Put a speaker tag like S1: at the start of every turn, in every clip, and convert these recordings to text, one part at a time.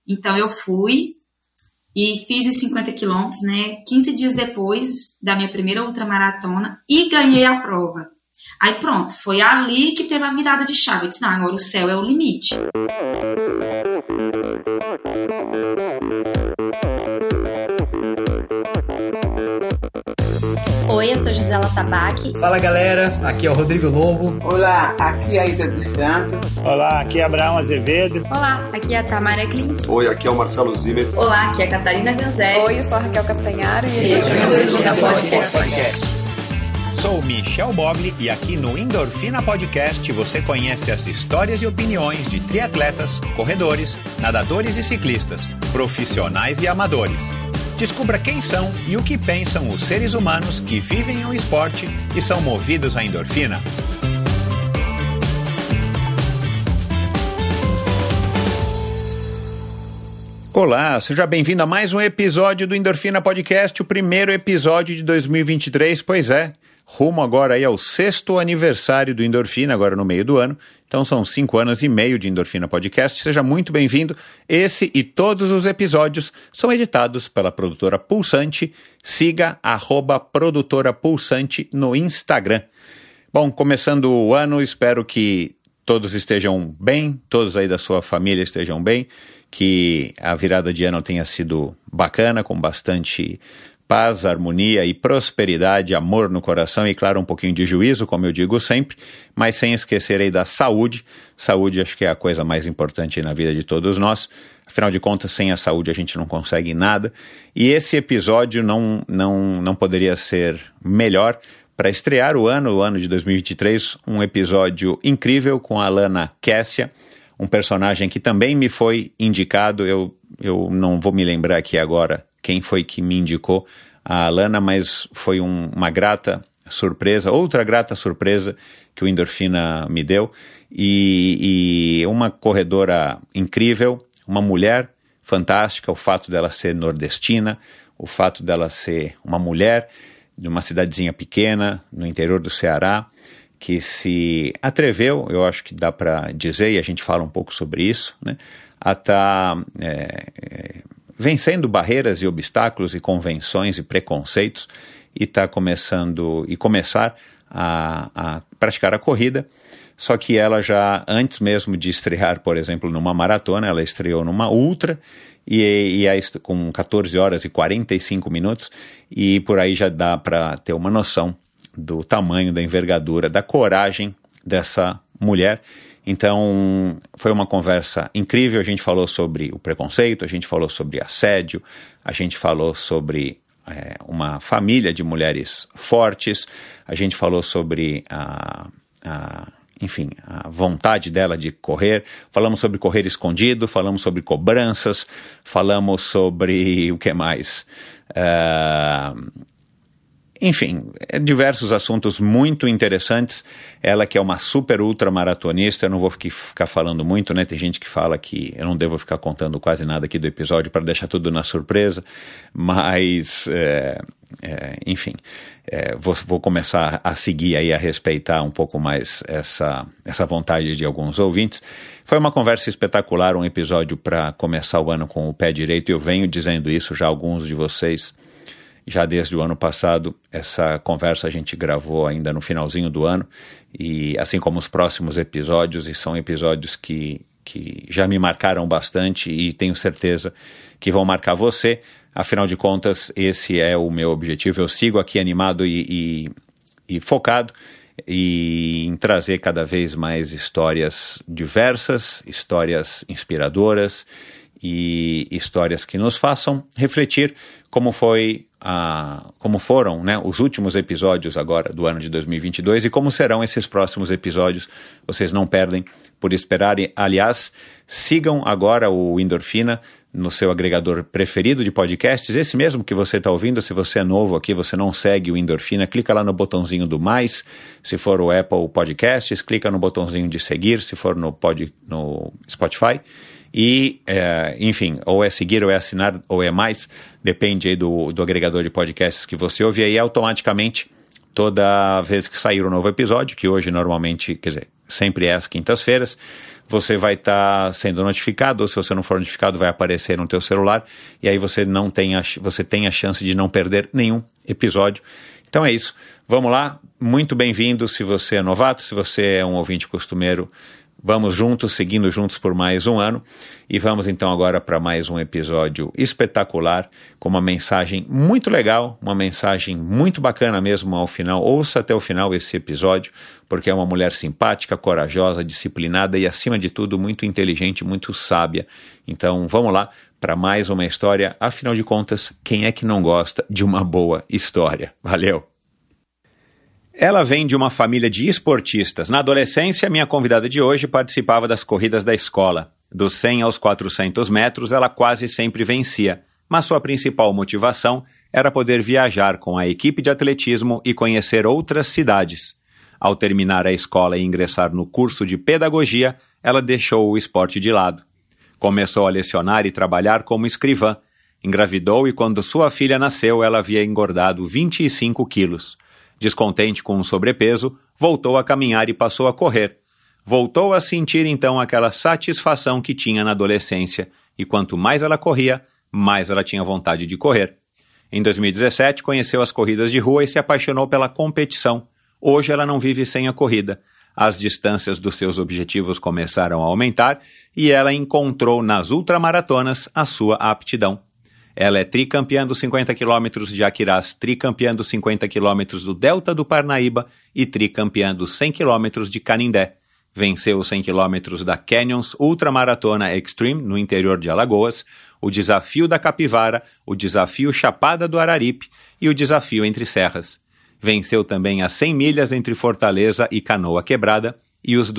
S1: Então eu fui e fiz os 50 quilômetros, né? 15 dias depois da minha primeira ultramaratona e ganhei a prova. Aí pronto, foi ali que teve a virada de chave. Eu disse, não, agora o céu é o limite.
S2: Oi, eu sou Gisela Sabac.
S3: Fala galera, aqui é o Rodrigo Lobo.
S4: Olá, aqui é a Ida dos Santos.
S5: Olá, aqui é Abraão Azevedo.
S2: Olá, aqui é a Tamara Klink.
S6: Oi, aqui é o Marcelo Zimmer.
S7: Olá, aqui é a Catarina Ganzelli.
S8: Oi, eu sou a Raquel Castanharo e
S7: esse é o Endorfina Podcast.
S9: Sou Michel Bogli e aqui no Endorfina Podcast você conhece as histórias e opiniões de triatletas, corredores, nadadores e ciclistas, profissionais e amadores. Descubra quem são e o que pensam os seres humanos que vivem o esporte e são movidos à endorfina. Olá, seja bem-vindo a mais um episódio do Endorfina Podcast, o primeiro episódio de 2023, pois é, rumo agora aí ao 6º aniversário do Endorfina, agora no meio do ano. Então são 5 anos e meio de Endorfina Podcast. Seja muito bem-vindo. Esse e todos os episódios são editados pela Produtora Pulsante. Siga @Produtora Pulsante no Instagram. Bom, começando o ano, espero que todos estejam bem, todos aí da sua família estejam bem, que a virada de ano tenha sido bacana, com bastante paz, harmonia e prosperidade, amor no coração e, claro, um pouquinho de juízo, como eu digo sempre, mas sem esquecer aí da saúde. Saúde acho que é a coisa mais importante na vida de todos nós. Afinal de contas, sem a saúde a gente não consegue nada. E esse episódio não poderia ser melhor para estrear o ano de 2023, um episódio incrível com a Alana Kessia, um personagem que também me foi indicado. Eu não vou me lembrar aqui agora quem foi que me indicou a Alana, mas foi uma grata surpresa, outra grata surpresa que o Endorfina me deu, e uma corredora incrível, uma mulher fantástica, o fato dela ser nordestina, o fato dela ser uma mulher de uma cidadezinha pequena no interior do Ceará, que se atreveu, eu acho que dá para dizer, e a gente fala um pouco sobre isso, né, a estar vencendo barreiras e obstáculos e convenções e preconceitos e começar a praticar a corrida. Só que ela já, antes mesmo de estrear, por exemplo, numa maratona, ela estreou numa ultra com 14 horas e 45 minutos, e por aí já dá para ter uma noção do tamanho, da envergadura, da coragem dessa mulher. Então, foi uma conversa incrível. A gente falou sobre o preconceito, a gente falou sobre assédio, a gente falou sobre uma família de mulheres fortes, a gente falou sobre enfim, a vontade dela de correr, falamos sobre correr escondido, falamos sobre cobranças, falamos sobre o que mais? Enfim, diversos assuntos muito interessantes. Ela que é uma super ultramaratonista, eu não vou ficar falando muito, né? Tem gente que fala que eu não devo ficar contando quase nada aqui do episódio para deixar tudo na surpresa, mas, enfim, vou começar a seguir aí, a respeitar um pouco mais essa vontade de alguns ouvintes. Foi uma conversa espetacular, um episódio para começar o ano com o pé direito, e eu venho dizendo isso já, alguns de vocês já desde o ano passado. Essa conversa a gente gravou ainda no finalzinho do ano, e assim como os próximos episódios, e são episódios que já me marcaram bastante e tenho certeza que vão marcar você. Afinal de contas, esse é o meu objetivo. Eu sigo aqui animado e focado em trazer cada vez mais histórias diversas, histórias inspiradoras e histórias que nos façam refletir como foram, né, os últimos episódios agora do ano de 2022 e como serão esses próximos episódios. Vocês não perdem por esperarem. Aliás, sigam agora o Endorfina no seu agregador preferido de podcasts, esse mesmo que você está ouvindo. Se você é novo aqui, você não segue o Endorfina, clica lá no botãozinho do mais. Se for o Apple Podcasts, clica no botãozinho de seguir, se for no Spotify. E, enfim, ou é seguir, ou é assinar, ou é mais, depende aí do agregador de podcasts que você ouve. Aí automaticamente, toda vez que sair um novo episódio, que hoje normalmente, quer dizer, sempre é às quintas-feiras. Você vai estar sendo notificado, ou se você não for notificado, vai aparecer no teu celular, e aí você tem a chance de não perder nenhum episódio. Então é isso, vamos lá, muito bem-vindo se você é novato, se você é um ouvinte costumeiro, vamos juntos, seguindo juntos por mais um ano, e vamos então agora para mais um episódio espetacular, com uma mensagem muito legal, uma mensagem muito bacana mesmo ao final. Ouça até o final esse episódio, porque é uma mulher simpática, corajosa, disciplinada e acima de tudo muito inteligente, muito sábia. Então vamos lá para mais uma história, afinal de contas, quem é que não gosta de uma boa história? Valeu! Ela vem de uma família de esportistas. Na adolescência, minha convidada de hoje participava das corridas da escola. Dos 100 aos 400 metros, ela quase sempre vencia, mas sua principal motivação era poder viajar com a equipe de atletismo e conhecer outras cidades. Ao terminar a escola e ingressar no curso de pedagogia, ela deixou o esporte de lado. Começou a lecionar e trabalhar como escrivã. Engravidou e quando sua filha nasceu, ela havia engordado 25 quilos. Descontente com o sobrepeso, voltou a caminhar e passou a correr. Voltou a sentir então aquela satisfação que tinha na adolescência, e quanto mais ela corria, mais ela tinha vontade de correr. Em 2017, conheceu as corridas de rua e se apaixonou pela competição. Hoje ela não vive sem a corrida. As distâncias dos seus objetivos começaram a aumentar e ela encontrou nas ultramaratonas a sua aptidão. Ela é tricampeã dos 50 km de Aquirás, tricampeã dos 50 km do Delta do Parnaíba e tricampeã dos 100 km de Canindé. Venceu os 100 km da Canyons Ultramaratona Extreme, no interior de Alagoas, o Desafio da Capivara, o Desafio Chapada do Araripe e o Desafio Entre Serras. Venceu também as 100 milhas entre Fortaleza e Canoa Quebrada e os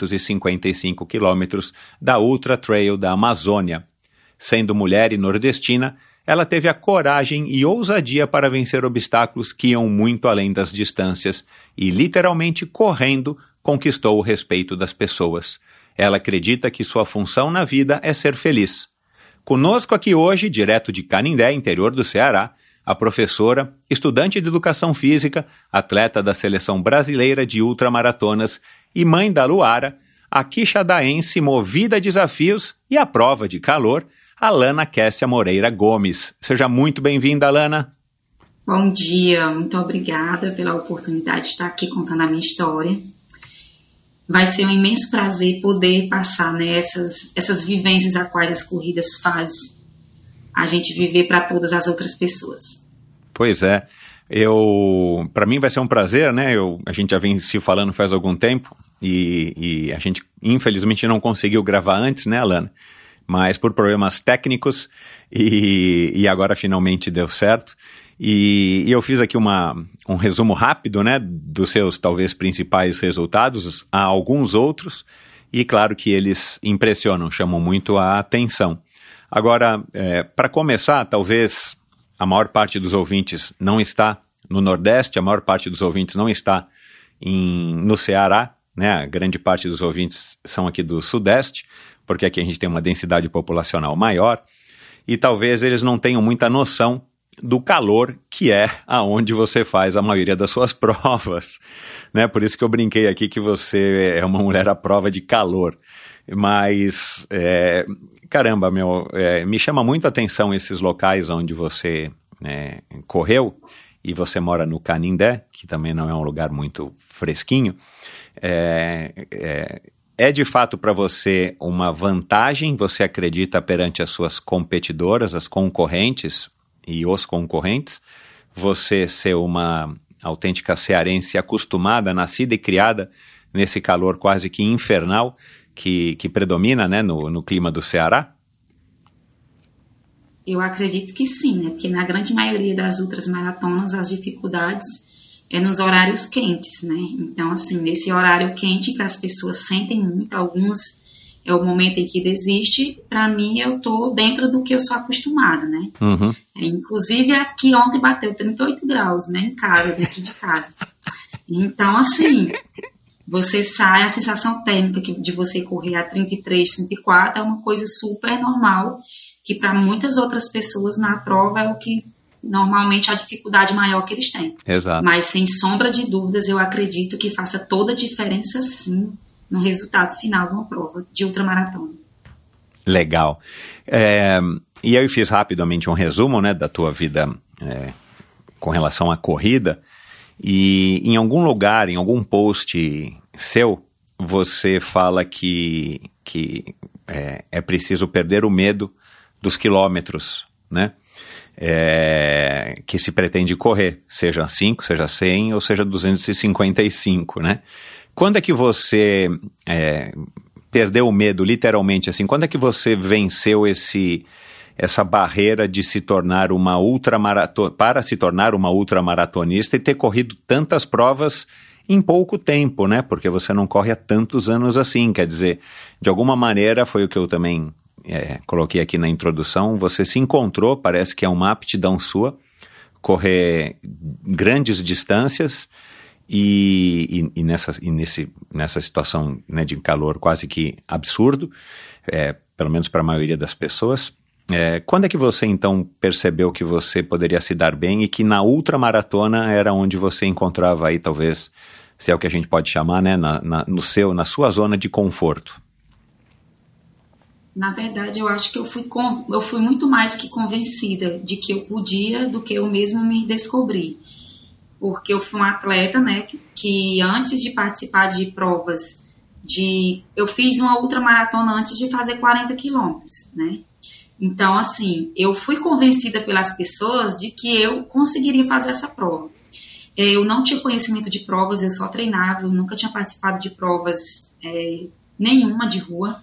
S9: 255 quilômetros da Ultra Trail da Amazônia. Sendo mulher e nordestina, ela teve a coragem e ousadia para vencer obstáculos que iam muito além das distâncias e, literalmente correndo, conquistou o respeito das pessoas. Ela acredita que sua função na vida é ser feliz. Conosco aqui hoje, direto de Canindé, interior do Ceará, a professora, estudante de educação física, atleta da seleção brasileira de ultramaratonas e mãe da Luara, a quixadaense movida a desafios e à prova de calor, Alana Kessia Moreira Gomes. Seja muito bem-vinda, Alana.
S1: Bom dia, muito obrigada pela oportunidade de estar aqui contando a minha história. Vai ser um imenso prazer poder passar essas vivências a quais as corridas fazem a gente viver para todas as outras pessoas.
S9: Pois é, para mim vai ser um prazer, né? A gente já vem se falando faz algum tempo e a gente infelizmente não conseguiu gravar antes, né, Alana? Mas por problemas técnicos e agora finalmente deu certo. E eu fiz aqui um resumo rápido, né, dos seus talvez principais resultados, há alguns outros, e claro que eles impressionam, chamam muito a atenção. Agora, para começar, talvez a maior parte dos ouvintes não está no Nordeste, a maior parte dos ouvintes não está no Ceará, né, a grande parte dos ouvintes são aqui do Sudeste, porque aqui a gente tem uma densidade populacional maior, e talvez eles não tenham muita noção do calor que é aonde você faz a maioria das suas provas, né? Por isso que eu brinquei aqui que você é uma mulher à prova de calor, mas, caramba, me chama muito a atenção esses locais onde você correu, e você mora no Canindé, que também não é um lugar muito fresquinho. É de fato para você uma vantagem, você acredita, perante as suas competidoras, as concorrentes e os concorrentes, você ser uma autêntica cearense acostumada, nascida e criada nesse calor quase que infernal que predomina, né, no clima do Ceará?
S1: Eu acredito que sim, né? Porque na grande maioria das outras maratonas as dificuldades é nos horários quentes, né? Então, assim, nesse horário quente que as pessoas sentem muito, alguns é o momento em que desiste, para mim eu tô dentro do que eu sou acostumada, né?
S9: Uhum.
S1: Inclusive aqui ontem bateu 38 graus, né? Em casa, dentro de casa. Então, assim, você sai, a sensação térmica de você correr a 33, 34 é uma coisa super normal, que para muitas outras pessoas na prova é o que normalmente a dificuldade maior que eles têm.
S9: Exato.
S1: Mas sem sombra de dúvidas eu acredito que faça toda a diferença sim no resultado final de uma prova de ultramaratona.
S9: Legal. E eu fiz rapidamente um resumo, né, da tua vida com relação à corrida, e em algum lugar, em algum post seu, você fala que é preciso perder o medo dos quilômetros, né? Que se pretende correr, seja 5, seja 100 ou seja 255, né? Quando é que você perdeu o medo, literalmente, assim? Quando é que você venceu essa barreira de se tornar uma para se tornar uma ultramaratonista e ter corrido tantas provas em pouco tempo, né? Porque você não corre há tantos anos assim, quer dizer, de alguma maneira, foi o que eu também coloquei aqui na introdução, você se encontrou, parece que é uma aptidão sua, correr grandes distâncias e nessa situação, né, de calor quase que absurdo, pelo menos para a maioria das pessoas. Quando é que você então percebeu que você poderia se dar bem e que na ultramaratona era onde você encontrava aí, talvez, se é o que a gente pode chamar, né, na sua zona de conforto?
S1: Na verdade, eu acho que eu fui muito mais que convencida de que eu podia do que eu mesmo me descobri. Porque eu fui um atleta, né, que antes de participar de provas, eu fiz uma ultramaratona antes de fazer 40 quilômetros, né? Então, assim, eu fui convencida pelas pessoas de que eu conseguiria fazer essa prova. Eu não tinha conhecimento de provas, eu só treinava, eu nunca tinha participado de provas nenhuma de rua.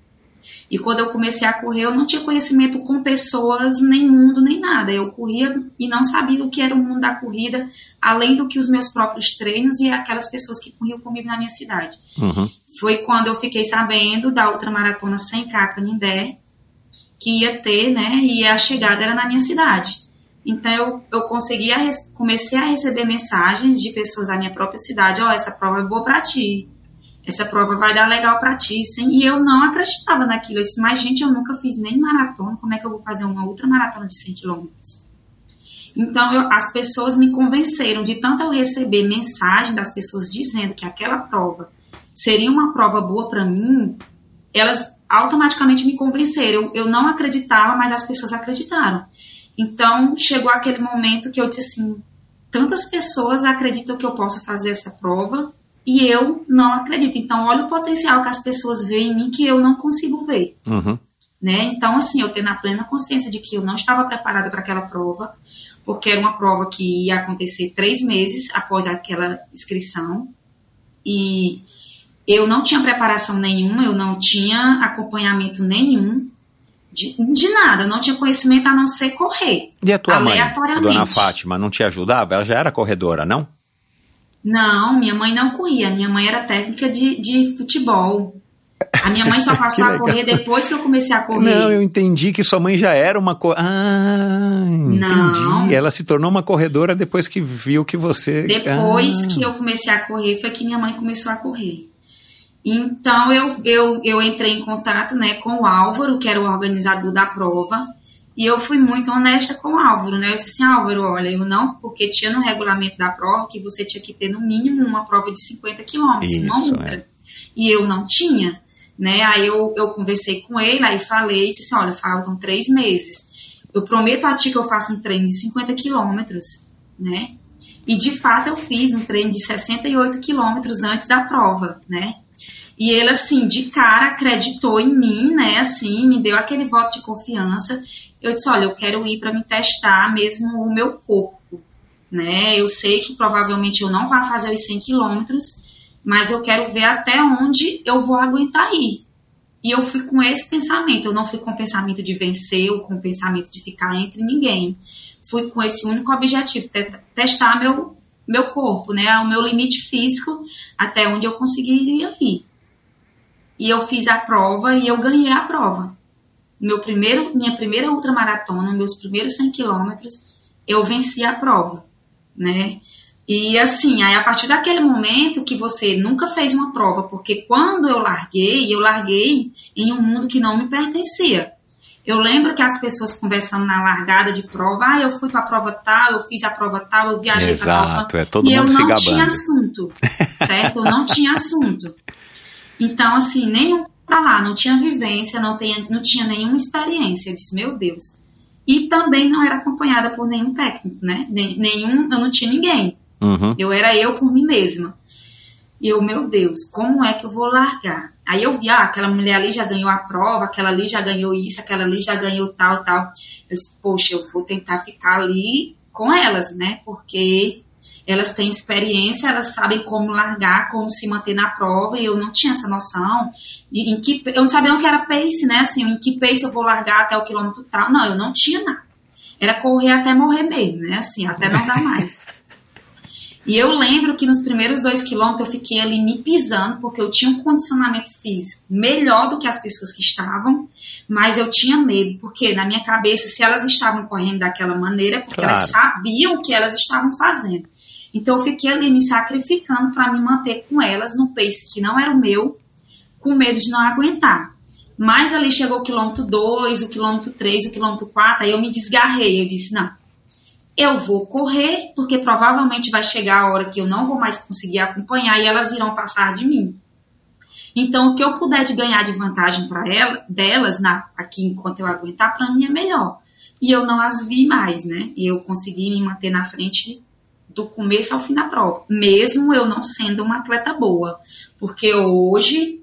S1: E quando eu comecei a correr, eu não tinha conhecimento com pessoas, nem mundo, nem nada. Eu corria e não sabia o que era o mundo da corrida, além do que os meus próprios treinos e aquelas pessoas que corriam comigo na minha cidade.
S9: Uhum.
S1: Foi quando eu fiquei sabendo da ultramaratona 100K Canindé, que ia ter, né, e a chegada era na minha cidade. Então eu comecei a receber mensagens de pessoas da minha própria cidade: essa prova é boa pra ti, essa prova vai dar legal pra ti, sim. E eu não acreditava naquilo. Eu disse: mas gente, eu nunca fiz nem maratona, como é que eu vou fazer uma ultramaratona de 100 quilômetros? Então as pessoas me convenceram, de tanto eu receber mensagem das pessoas dizendo que aquela prova seria uma prova boa pra mim, elas automaticamente me convenceram. Eu não acreditava, mas as pessoas acreditaram. Então, chegou aquele momento que eu disse assim: tantas pessoas acreditam que eu posso fazer essa prova e eu não acredito. Então, olha o potencial que as pessoas veem em mim que eu não consigo ver.
S9: Uhum.
S1: Né? Então, assim, eu tenho a plena consciência de que eu não estava preparada para aquela prova, porque era uma prova que ia acontecer 3 meses após aquela inscrição. E eu não tinha preparação nenhuma, eu não tinha acompanhamento nenhum de nada, eu não tinha conhecimento a não ser correr.
S9: E a tua mãe,
S1: aleatoriamente.
S9: Dona Fátima, não te ajudava? Ela já era corredora, não?
S1: Não, minha mãe não corria, minha mãe era técnica de futebol. A minha mãe só passou a correr depois que eu comecei a correr.
S9: Não, eu entendi que sua mãe já era uma... entendi.
S1: Não.
S9: Ela se tornou uma corredora depois que viu que você...
S1: Depois que eu comecei a correr, foi que minha mãe começou a correr. Então, eu entrei em contato, né, com o Álvaro, que era o organizador da prova, e eu fui muito honesta com o Álvaro, né? Eu disse assim: Álvaro, olha, eu não... Porque tinha no regulamento da prova que você tinha que ter, no mínimo, uma prova de 50 quilômetros, uma ultra. E eu não tinha, né? Aí eu conversei com ele, aí falei, disse assim: olha, faltam 3 meses. Eu prometo a ti que eu faço um treino de 50 quilômetros, né? E, de fato, eu fiz um treino de 68 quilômetros antes da prova, né? E ele, assim, de cara, acreditou em mim, né, assim, me deu aquele voto de confiança. Eu disse: olha, eu quero ir para me testar mesmo o meu corpo, né? Eu sei que provavelmente eu não vou fazer os 100 quilômetros, mas eu quero ver até onde eu vou aguentar ir. E eu fui com esse pensamento, eu não fui com o pensamento de vencer ou com o pensamento de ficar entre ninguém. Fui com esse único objetivo, testar meu corpo, né, o meu limite físico, até onde eu conseguiria ir. E eu fiz a prova e eu ganhei a prova. Minha primeira ultramaratona, meus primeiros 100 quilômetros, eu venci a prova, né? E assim, aí a partir daquele momento que você nunca fez uma prova, porque quando eu larguei em um mundo que não me pertencia. Eu lembro que as pessoas conversando na largada de prova: eu fui para a prova tal, eu fiz a prova tal, eu viajei para a prova.
S9: Todo
S1: e
S9: mundo
S1: eu
S9: se
S1: não
S9: gabando.
S1: tinha assunto, certo? Eu não tinha assunto. Então, assim, nem pra lá, não tinha vivência, não tinha nenhuma experiência. Eu disse, meu Deus. E também não era acompanhada por nenhum técnico, né? Eu não tinha ninguém. Era eu por mim mesma. E eu, meu Deus, como é que eu vou largar? Aí eu vi, aquela mulher ali já ganhou a prova, aquela ali já ganhou isso, aquela ali já ganhou tal. Eu disse, poxa, eu vou tentar ficar ali com elas, né? Porque elas têm experiência, elas sabem como largar, como se manter na prova, e eu não tinha essa noção. Eu não sabia o que era pace, né? Assim, em que pace eu vou largar até o quilômetro tal. Não, eu não tinha nada. Era correr até morrer mesmo, né? Assim, até não dar mais. E eu lembro que nos primeiros 2 quilômetros eu fiquei ali me pisando, porque eu tinha um condicionamento físico melhor do que as pessoas que estavam, mas eu tinha medo, porque na minha cabeça, se elas estavam correndo daquela maneira, porque elas sabiam o que elas estavam fazendo. Então eu fiquei ali me sacrificando para me manter com elas no pace que não era o meu, com medo de não aguentar. Mas ali chegou o quilômetro 2, o quilômetro 3, o quilômetro 4, aí eu me desgarrei, eu disse, não, eu vou correr, porque provavelmente vai chegar a hora que eu não vou mais conseguir acompanhar e elas irão passar de mim. Então, o que eu puder de ganhar de vantagem para delas, aqui enquanto eu aguentar, para mim é melhor. E eu não as vi mais, né? E eu consegui me manter na frente do começo ao fim da prova, mesmo eu não sendo uma atleta boa. Porque hoje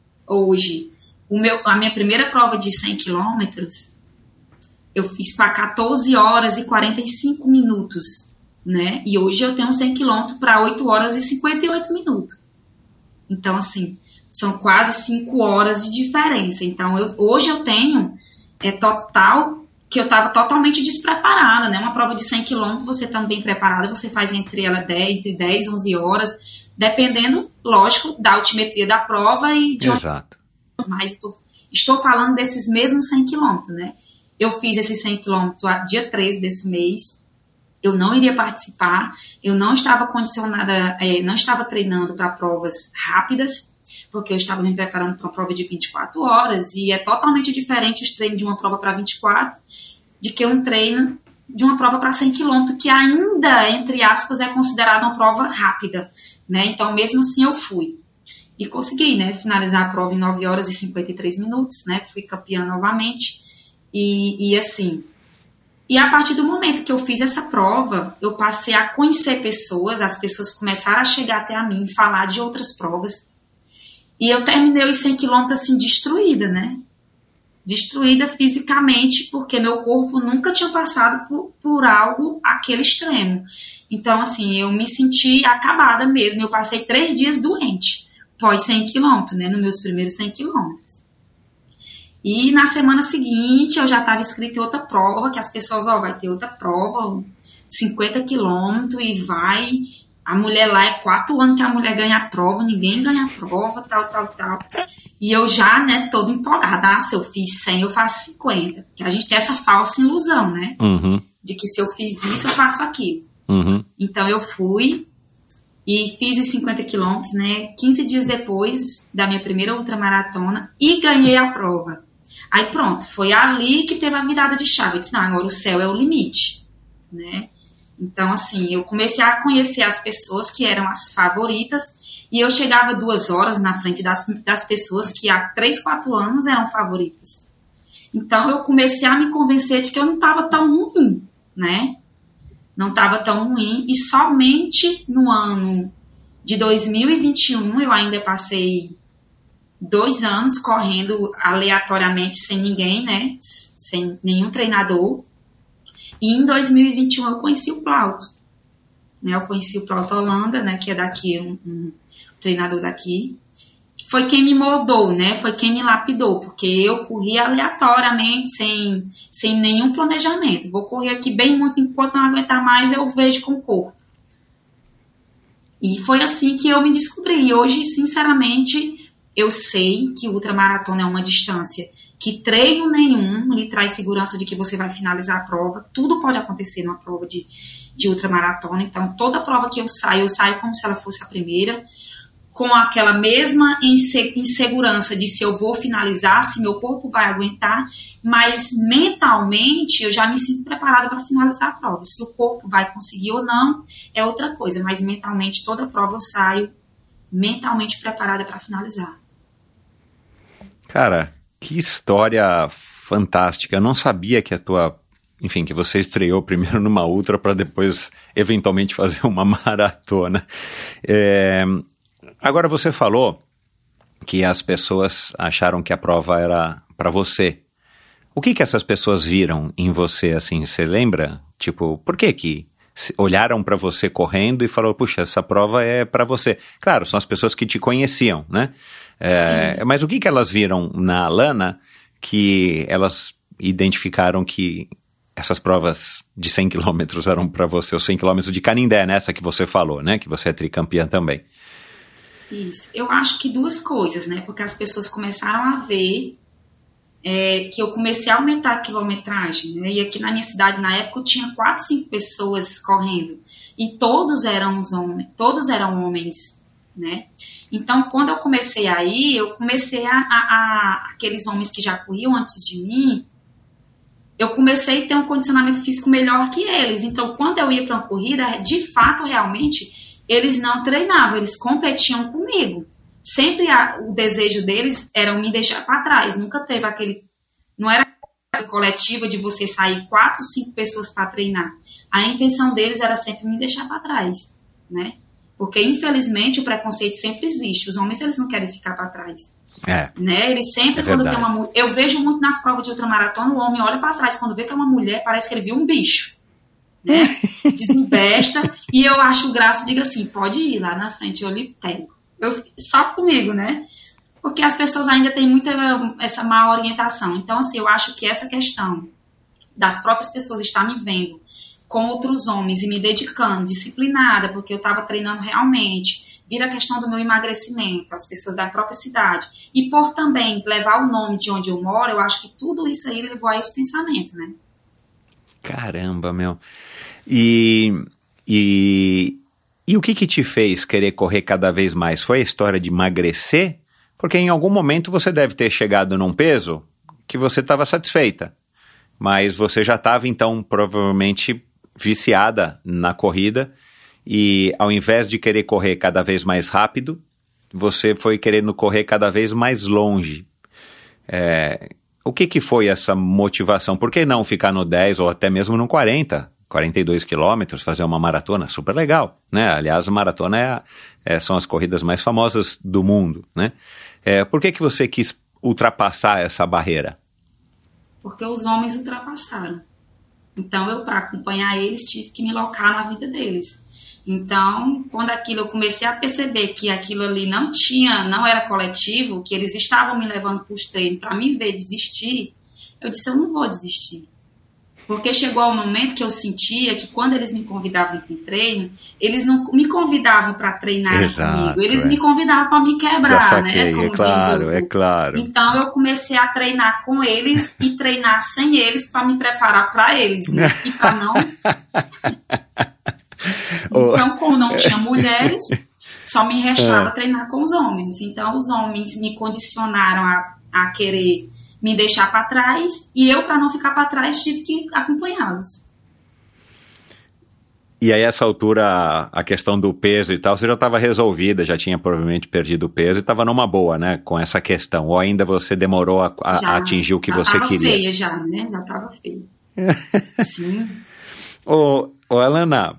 S1: a minha primeira prova de 100 quilômetros, eu fiz para 14 horas e 45 minutos, né? E hoje eu tenho 100 quilômetros para 8 horas e 58 minutos. Então, assim, são quase 5 horas de diferença. Então, hoje eu tenho total, que eu estava totalmente despreparada, né? Uma prova de 100 quilômetros, você estando bem preparada, você faz entre 10 e 11 horas, dependendo, lógico, da altimetria da prova e de
S9: Exato.
S1: Mas estou falando desses mesmos 100 quilômetros, né? Eu fiz esses 100 quilômetros dia 13 desse mês. Eu não iria participar. Eu não estava condicionada, não estava treinando para provas rápidas, porque eu estava me preparando para uma prova de 24 horas. E é totalmente diferente os treinos de uma prova para 24 de que um treino de uma prova para 100 quilômetros, que ainda, entre aspas, é considerada uma prova rápida, né? Então, mesmo assim, eu fui. E consegui, né, finalizar a prova em 9 horas e 53 minutos, né? Fui campeã novamente. E assim, e a partir do momento que eu fiz essa prova, eu passei a conhecer pessoas, as pessoas começaram a chegar até a mim, falar de outras provas, e eu terminei os 100 quilômetros assim, destruída, né? Destruída fisicamente, porque meu corpo nunca tinha passado por algo aquele extremo. Então, assim, eu me senti acabada mesmo, eu passei 3 dias doente, pós 100 quilômetros, né, nos meus primeiros 100 quilômetros. E na semana seguinte eu já estava inscrita em outra prova, que as pessoas, vai ter outra prova, 50 quilômetros e vai, a mulher lá é 4 anos que a mulher ganha a prova, ninguém ganha a prova, tal. E eu já, né, toda empolgada, se eu fiz 100, eu faço 50, porque a gente tem essa falsa ilusão, né, de que se eu fiz isso, eu faço aquilo. Então eu fui e fiz os 50 quilômetros, né, 15 dias depois da minha primeira ultramaratona e ganhei a prova. Aí pronto, foi ali que teve a virada de chave. Eu disse, não, agora o céu é o limite, né? Então, assim, eu comecei a conhecer as pessoas que eram as favoritas e eu chegava 2 horas na frente das pessoas que há 3, 4 anos eram favoritas. Então, eu comecei a me convencer de que eu não estava tão ruim, né? Não estava tão ruim. E somente no ano de 2021 eu ainda passei 2 anos correndo aleatoriamente sem ninguém, né? Sem nenhum treinador. E em 2021 eu conheci o Plauto. Né? Eu conheci o Plauto Holanda, né? Que é daqui, um treinador daqui. Foi quem me moldou, né? Foi quem me lapidou, porque eu corri aleatoriamente, sem nenhum planejamento. Vou correr aqui bem muito, enquanto não aguentar mais, eu vejo com o corpo. E foi assim que eu me descobri. E hoje, sinceramente, eu sei que ultramaratona é uma distância que treino nenhum lhe traz segurança de que você vai finalizar a prova. Tudo pode acontecer numa prova de ultramaratona. Então, toda prova que eu saio como se ela fosse a primeira, com aquela mesma insegurança de se eu vou finalizar, se meu corpo vai aguentar, mas mentalmente eu já me sinto preparada para finalizar a prova. Se o corpo vai conseguir ou não, é outra coisa, mas mentalmente toda prova eu saio mentalmente preparada para finalizar.
S9: Cara, que história fantástica. Eu não sabia que que você estreou primeiro numa ultra para depois eventualmente fazer uma maratona. Agora você falou que as pessoas acharam que a prova era para você. O que essas pessoas viram em você, assim, você lembra? Tipo, por que olharam para você correndo e falaram, puxa, essa prova é para você? Claro, são as pessoas que te conheciam, né? Mas o que elas viram na Alana que elas identificaram que essas provas de 100 quilômetros eram para você, os 100 quilômetros de Canindé, né? Essa que você falou, né? Que você é tricampeã também.
S1: Isso. Eu acho que duas coisas, né? Porque as pessoas começaram a ver que eu comecei a aumentar a quilometragem, né? E aqui na minha cidade, na época, eu tinha 4, 5 pessoas correndo. E todos eram homens, né? Então, quando eu comecei aí, eu comecei aqueles homens que já corriam antes de mim, eu comecei a ter um condicionamento físico melhor que eles. Então, quando eu ia para uma corrida, de fato, realmente, eles não treinavam, eles competiam comigo. Sempre o desejo deles era me deixar para trás. Nunca teve não era coletiva de você sair 4, 5 pessoas para treinar. A intenção deles era sempre me deixar para trás, né? Porque, infelizmente, o preconceito sempre existe. Os homens, eles não querem ficar para trás. Né? Eles sempre, quando tem uma mulher... Eu vejo muito nas provas de ultramaratona, o homem olha para trás. Quando vê que é uma mulher, parece que ele viu um bicho. Né? Desembesta. E eu acho graça, diga assim, pode ir lá na frente, eu lhe pego. Só comigo, né? Porque as pessoas ainda têm muita essa má orientação. Então, assim, eu acho que essa questão das próprias pessoas estar me vendo com outros homens e me dedicando, disciplinada, porque eu estava treinando realmente, vira a questão do meu emagrecimento, as pessoas da própria cidade. E por também levar o nome de onde eu moro, eu acho que tudo isso aí levou a esse pensamento, né?
S9: Caramba, meu. E o que te fez querer correr cada vez mais? Foi a história de emagrecer? Porque em algum momento você deve ter chegado num peso que você estava satisfeita. Mas você já estava, então, provavelmente viciada na corrida. E ao invés de querer correr cada vez mais rápido, você foi querendo correr cada vez mais longe. O que foi essa motivação? Por que não ficar no 10 ou até mesmo no 40? 42 quilômetros, fazer uma maratona, super legal, né? Aliás, a maratona são as corridas mais famosas do mundo, né? Por que você quis ultrapassar essa barreira?
S1: Porque os homens ultrapassaram. Então, eu, para acompanhar eles, tive que me locar na vida deles. Então, quando eu comecei a perceber que aquilo ali não era coletivo, que eles estavam me levando para os treinos para me ver desistir, eu disse, eu não vou desistir. Porque chegou ao momento que eu sentia que quando eles me convidavam para o treino, eles não me convidavam para treinar comigo, eles me convidavam para me quebrar, já saquei, né? Como
S9: é claro.
S1: Então eu comecei a treinar com eles e treinar sem eles para me preparar para eles, né? E para não... Então, como não tinha mulheres, só me restava treinar com os homens. Então os homens me condicionaram a querer me deixar para trás, e eu, para não ficar para trás, tive que acompanhá-los.
S9: E aí, essa altura, a questão do peso e tal, você já estava resolvida, já tinha provavelmente perdido o peso e estava numa boa, né, com essa questão, ou ainda você demorou a atingir o que você queria? Já estava
S1: feia já, né, já estava feia. Sim.
S9: Ô, Alana,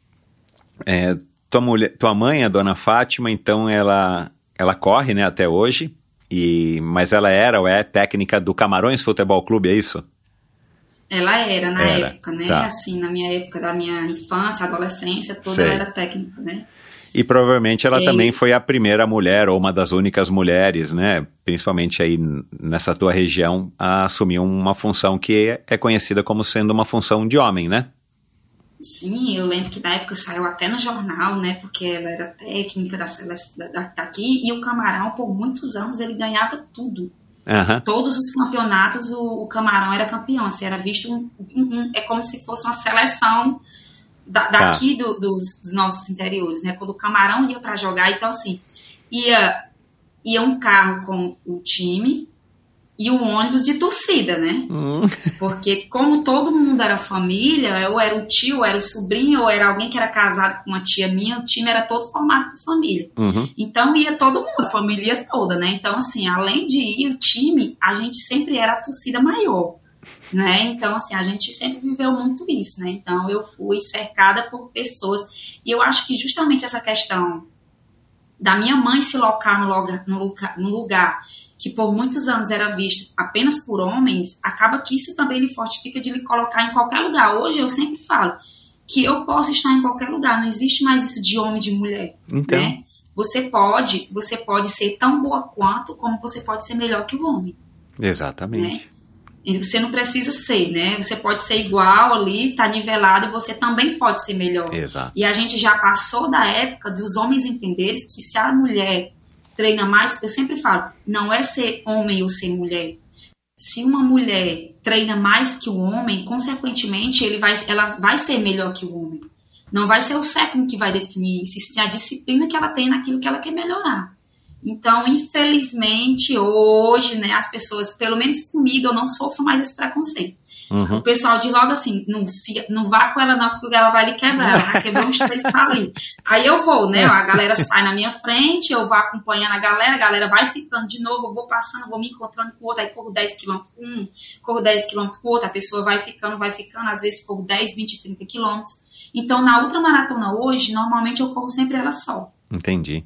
S9: tua mãe, a dona Fátima, então ela corre, né, até hoje, mas ela era ou é técnica do Camarões Futebol Clube, é isso?
S1: Ela era na época, né? Tá. Assim, na minha época da minha infância, adolescência, toda ela era técnica, né?
S9: E provavelmente ela também foi a primeira mulher, ou uma das únicas mulheres, né? Principalmente aí nessa tua região, a assumir uma função que é conhecida como sendo uma função de homem, né?
S1: Sim, eu lembro que na época saiu até no jornal, né, porque ela era técnica daqui, e o Camarão, por muitos anos, ele ganhava tudo. Uhum. Todos os campeonatos, o Camarão era campeão, assim, era visto é como se fosse uma seleção daqui dos nossos interiores, né, quando o Camarão ia para jogar, então assim, ia um carro com o time, e um ônibus de torcida, né? Porque como todo mundo era família, ou era o tio, ou era o sobrinho, ou era alguém que era casado com uma tia minha, o time era todo formado por família. Então ia todo mundo, a família toda, né? Então, assim, além de ir o time, a gente sempre era a torcida maior, né? Então, assim, a gente sempre viveu muito isso, né? Então, eu fui cercada por pessoas, e eu acho que justamente essa questão da minha mãe se locar no lugar que por muitos anos era visto apenas por homens, acaba que isso também lhe fortifica de lhe colocar em qualquer lugar. Hoje eu sempre falo que eu posso estar em qualquer lugar, não existe mais isso de homem e de mulher,
S9: então,
S1: né? Você pode ser tão boa quanto, como você pode ser melhor que o homem.
S9: Exatamente.
S1: Né? E você não precisa ser, né? Você pode ser igual ali, tá nivelado, e você também pode ser melhor.
S9: Exato.
S1: E a gente já passou da época dos homens entenderem que se a mulher treina mais, eu sempre falo, não é ser homem ou ser mulher. Se uma mulher treina mais que o homem, consequentemente, ela vai ser melhor que o homem. Não vai ser o século que vai definir isso, sim a disciplina que ela tem naquilo que ela quer melhorar. Então, infelizmente, hoje, né, as pessoas, pelo menos comigo, eu não sofro mais esse preconceito. O pessoal diz logo assim, não vá com ela não, porque ela vai lhe quebrar, ela vai quebrar uns 3 palinhos. Aí eu vou, né, a galera sai na minha frente, eu vou acompanhando a galera vai ficando de novo, eu vou passando, vou me encontrando com o outro, aí corro 10 km com um, corro 10 km com o outro, a pessoa vai ficando, às vezes corro 10, 20, 30 km. Então, na ultramaratona hoje, normalmente eu corro sempre ela só.
S9: Entendi.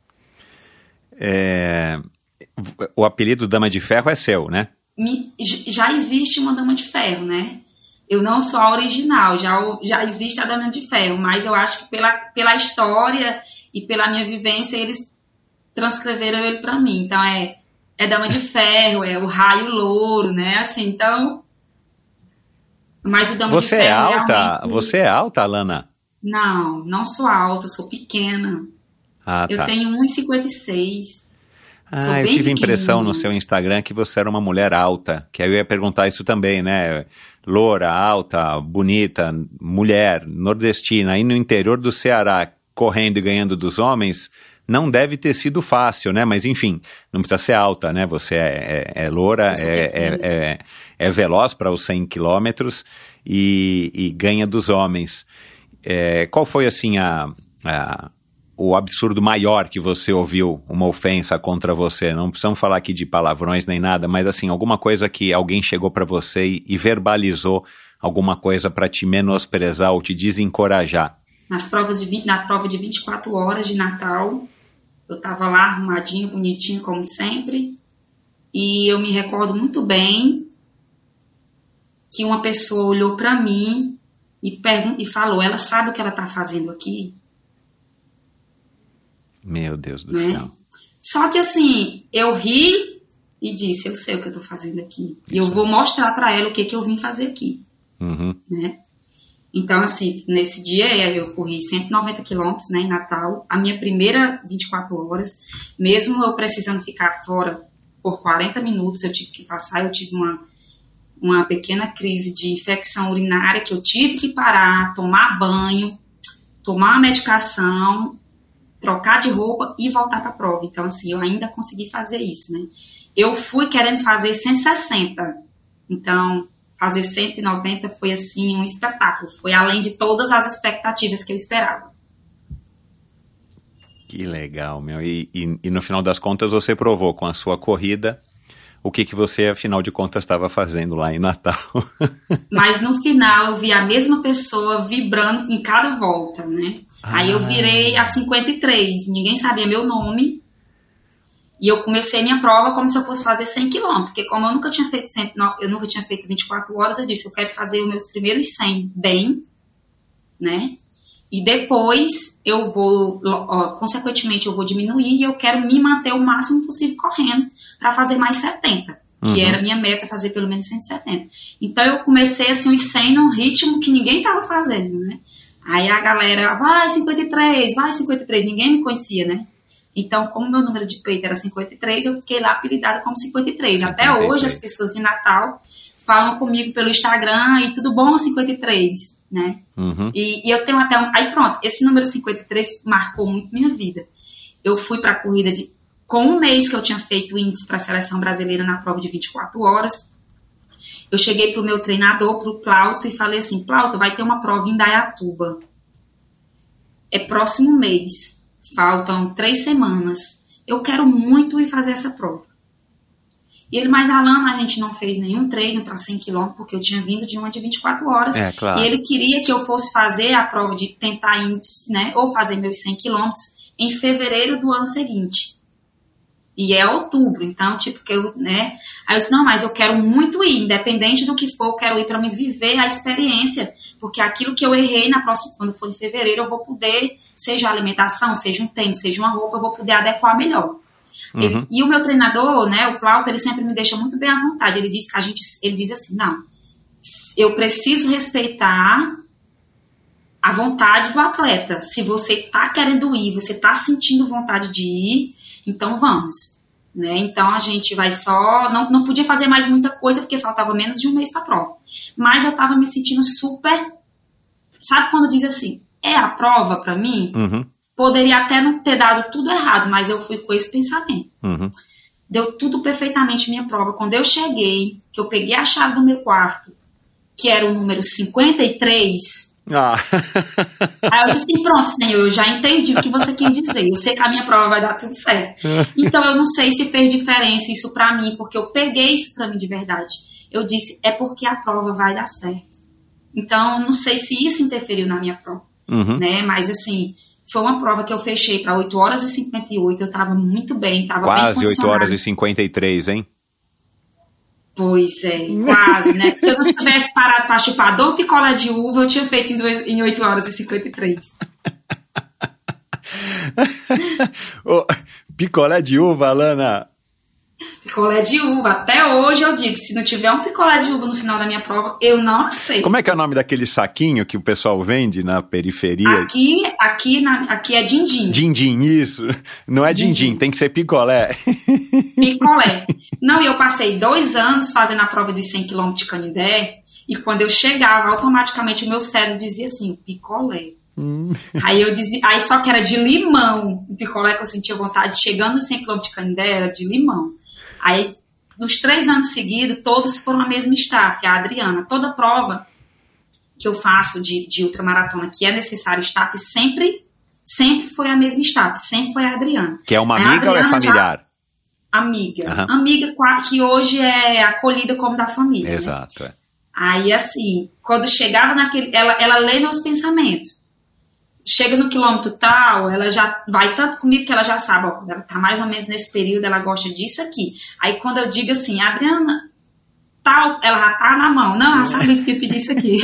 S9: O apelido Dama de Ferro é seu, né?
S1: Já existe uma Dama de Ferro, né? Eu não sou a original, já existe a Dama de Ferro, mas eu acho que pela história e pela minha vivência, eles transcreveram ele pra mim. Então, é Dama de Ferro, é o Raio Louro, né? Assim, então... Mas o Dama de Ferro...
S9: Você é alta, Alana?
S1: Não sou alta, eu sou pequena. Eu tenho 1,56.
S9: Eu tive a impressão no seu Instagram que você era uma mulher alta, que aí eu ia perguntar isso também, né? Loura, alta, bonita, mulher, nordestina, aí no interior do Ceará, correndo e ganhando dos homens, não deve ter sido fácil, né? Mas enfim, não precisa ser alta, né? Você é loura, é veloz para os 100 quilômetros e ganha dos homens. Qual foi, assim, o absurdo maior que você ouviu, uma ofensa contra você? Não precisamos falar aqui de palavrões nem nada, mas assim, alguma coisa que alguém chegou para você e verbalizou alguma coisa para te menosprezar ou te desencorajar? Na
S1: prova de 24 horas de Natal, eu estava lá arrumadinho, bonitinho, como sempre, e eu me recordo muito bem que uma pessoa olhou para mim e falou, ela sabe o que ela está fazendo aqui?
S9: Meu Deus do céu.
S1: Só que assim, eu ri e disse, eu sei o que eu tô fazendo aqui. E eu vou mostrar pra ela o que eu vim fazer aqui. Né? Então, assim, nesse dia eu corri 190 quilômetros, né, em Natal. A minha primeira 24 horas, mesmo eu precisando ficar fora por 40 minutos, eu tive que passar, eu tive uma pequena crise de infecção urinária que eu tive que parar, tomar banho, tomar uma medicação, trocar de roupa e voltar para a prova. Então, assim, eu ainda consegui fazer isso, né? Eu fui querendo fazer 160. Então, fazer 190 foi, assim, um espetáculo. Foi além de todas as expectativas que eu esperava.
S9: Que legal, meu. E no final das contas, você provou com a sua corrida o que você, afinal de contas, estava fazendo lá em Natal. Mas
S1: no final, eu vi a mesma pessoa vibrando em cada volta, né? Aí eu virei a 53, ninguém sabia meu nome, e eu comecei minha prova como se eu fosse fazer 100 km, porque como eu nunca tinha feito 24 horas, eu disse, eu quero fazer os meus primeiros 100 bem, né? E depois eu vou, consequentemente, eu vou diminuir e eu quero me manter o máximo possível correndo para fazer mais 70, que era a minha meta, fazer pelo menos 170. Então eu comecei assim os 100 num ritmo que ninguém estava fazendo, né? Aí a galera, vai 53, ninguém me conhecia, né? Então, como meu número de peito era 53, eu fiquei lá apelidada como 53. Até hoje as pessoas de Natal falam comigo pelo Instagram e tudo bom 53, né? E eu tenho até aí pronto, esse número 53 marcou muito minha vida. Eu fui para a corrida Com um mês que eu tinha feito o índice para a seleção brasileira na prova de 24 horas, eu cheguei para o meu treinador, para o Plauto, e falei assim, Plauto, vai ter uma prova em Indaiatuba. É próximo mês, faltam 3 semanas. Eu quero muito ir fazer essa prova. E ele, mas Alana, a gente não fez nenhum treino para 100 km, porque eu tinha vindo de uma de 24 horas.
S9: Claro.
S1: E ele queria que eu fosse fazer a prova de tentar índice, né, ou fazer meus 100 km em fevereiro do ano seguinte. E é outubro, então, tipo, que eu, né... Aí eu disse, não, mas eu quero muito ir, independente do que for, eu quero ir para me viver a experiência, porque aquilo que eu errei na próxima, quando for em fevereiro, eu vou poder, seja a alimentação, seja um tênis, seja uma roupa, eu vou poder adequar melhor. E o meu treinador, né, o Plauto, ele sempre me deixa muito bem à vontade. Ele diz que ele diz assim, não, eu preciso respeitar a vontade do atleta. Se você tá querendo ir, você tá sentindo vontade de ir, então vamos, né? Então a gente vai só... Não podia fazer mais muita coisa, porque faltava menos de um mês pra prova. Mas eu tava me sentindo super... Sabe quando diz assim, é a prova pra mim? Poderia até não ter dado tudo errado, mas eu fui com esse pensamento. Deu tudo perfeitamente minha prova. Quando eu cheguei, que eu peguei a chave do meu quarto, que era o número 53... Aí eu disse assim, pronto, senhor, eu já entendi o que você quis dizer, eu sei que a minha prova vai dar tudo certo. Então eu não sei se fez diferença isso pra mim, porque eu peguei isso pra mim de verdade. Eu disse, é porque a prova vai dar certo. Então não sei se isso interferiu na minha prova, né? Mas assim, foi uma prova que eu fechei pra 8 horas e 58, eu tava muito bem, tava
S9: quase
S1: bem
S9: 8 horas e 53, hein?
S1: Pois é, quase, né? Se eu não tivesse parado para chupar 2 picolé de uva, eu tinha feito em 8 horas e 53.
S9: Picolé de uva, Alana?
S1: Picolé de uva. Até hoje eu digo, se não tiver um picolé de uva no final da minha prova, eu não aceito.
S9: Como é que é o nome daquele saquinho que o pessoal vende na periferia?
S1: Aqui é din-din.
S9: Din-din, isso. Não é din-din, tem que ser picolé.
S1: Picolé. Não, e eu passei 2 anos fazendo a prova dos 100 km de Canindé, e quando eu chegava, automaticamente o meu cérebro dizia assim, picolé. Aí só que era de limão, o picolé que eu sentia vontade, chegando nos 100 km de Canindé, era de limão. Aí, nos 3 anos seguidos, todos foram a mesma staff, a Adriana. Toda prova que eu faço de ultramaratona que é necessário staff, sempre foi a mesma staff, sempre foi a Adriana.
S9: Que é uma amiga ou é familiar?
S1: Amiga. Amiga que hoje é acolhida como da família.
S9: Exato,
S1: né? Aí, assim, quando chegava naquele... Ela lê meus pensamentos. Chega no quilômetro tal, ela já vai tanto comigo que ela já sabe, ó, ela tá mais ou menos nesse período, ela gosta disso aqui. Aí quando eu digo assim, Adriana, tal, ela já tá na mão. Não, ela sabe que eu pedi isso aqui.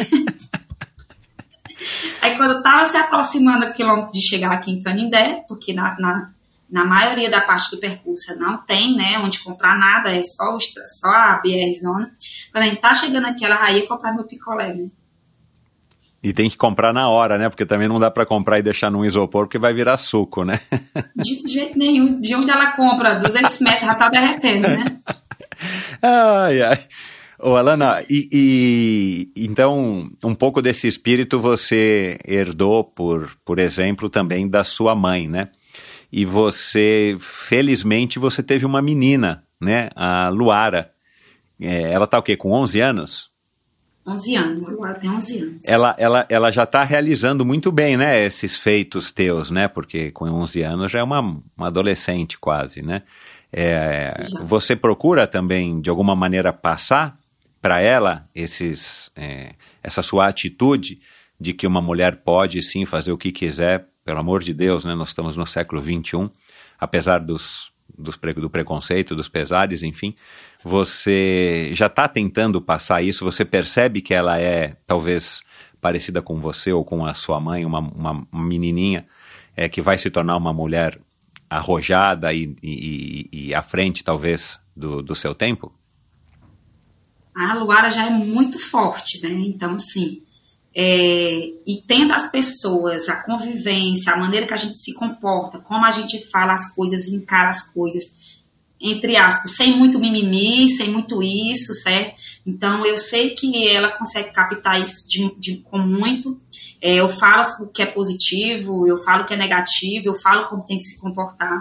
S1: Aí quando eu tava se aproximando do quilômetro de chegar aqui em Canindé, porque na maioria da parte do percurso não tem, né, onde comprar nada, é só a BR-zona. Quando a gente tá chegando aqui, ela já ia comprar meu picolé, né?
S9: E tem que comprar na hora, né? Porque também não dá para comprar e deixar num isopor, porque vai virar suco, né?
S1: De jeito nenhum. De onde ela compra, 200 metros, já tá derretendo, né?
S9: Ai, ai. Ô, Alana, então, um pouco desse espírito você herdou, por exemplo, também da sua mãe, né? E você, felizmente, você teve uma menina, né? A Luara. Ela tá o quê? Com 11 anos?
S1: 11 anos, ela tem 11 anos.
S9: Ela já está realizando muito bem, né, esses feitos teus, né, porque com 11 anos já é uma adolescente quase, né. Você procura também, de alguma maneira, passar para ela essa sua atitude de que uma mulher pode, sim, fazer o que quiser, pelo amor de Deus, né, nós estamos no século XXI, apesar do preconceito, dos pesares, enfim, você já está tentando passar isso, você percebe que ela é, talvez, parecida com você ou com a sua mãe, uma menininha que vai se tornar uma mulher arrojada e à frente, talvez, do seu tempo?
S1: A Luara já é muito forte, né? Então, assim, e tendo as pessoas, a convivência, a maneira que a gente se comporta, como a gente fala as coisas, encara as coisas, entre aspas, sem muito mimimi, sem muito isso, certo? Então, eu sei que ela consegue captar isso com muito. Eu falo o que é positivo, eu falo o que é negativo, eu falo como tem que se comportar.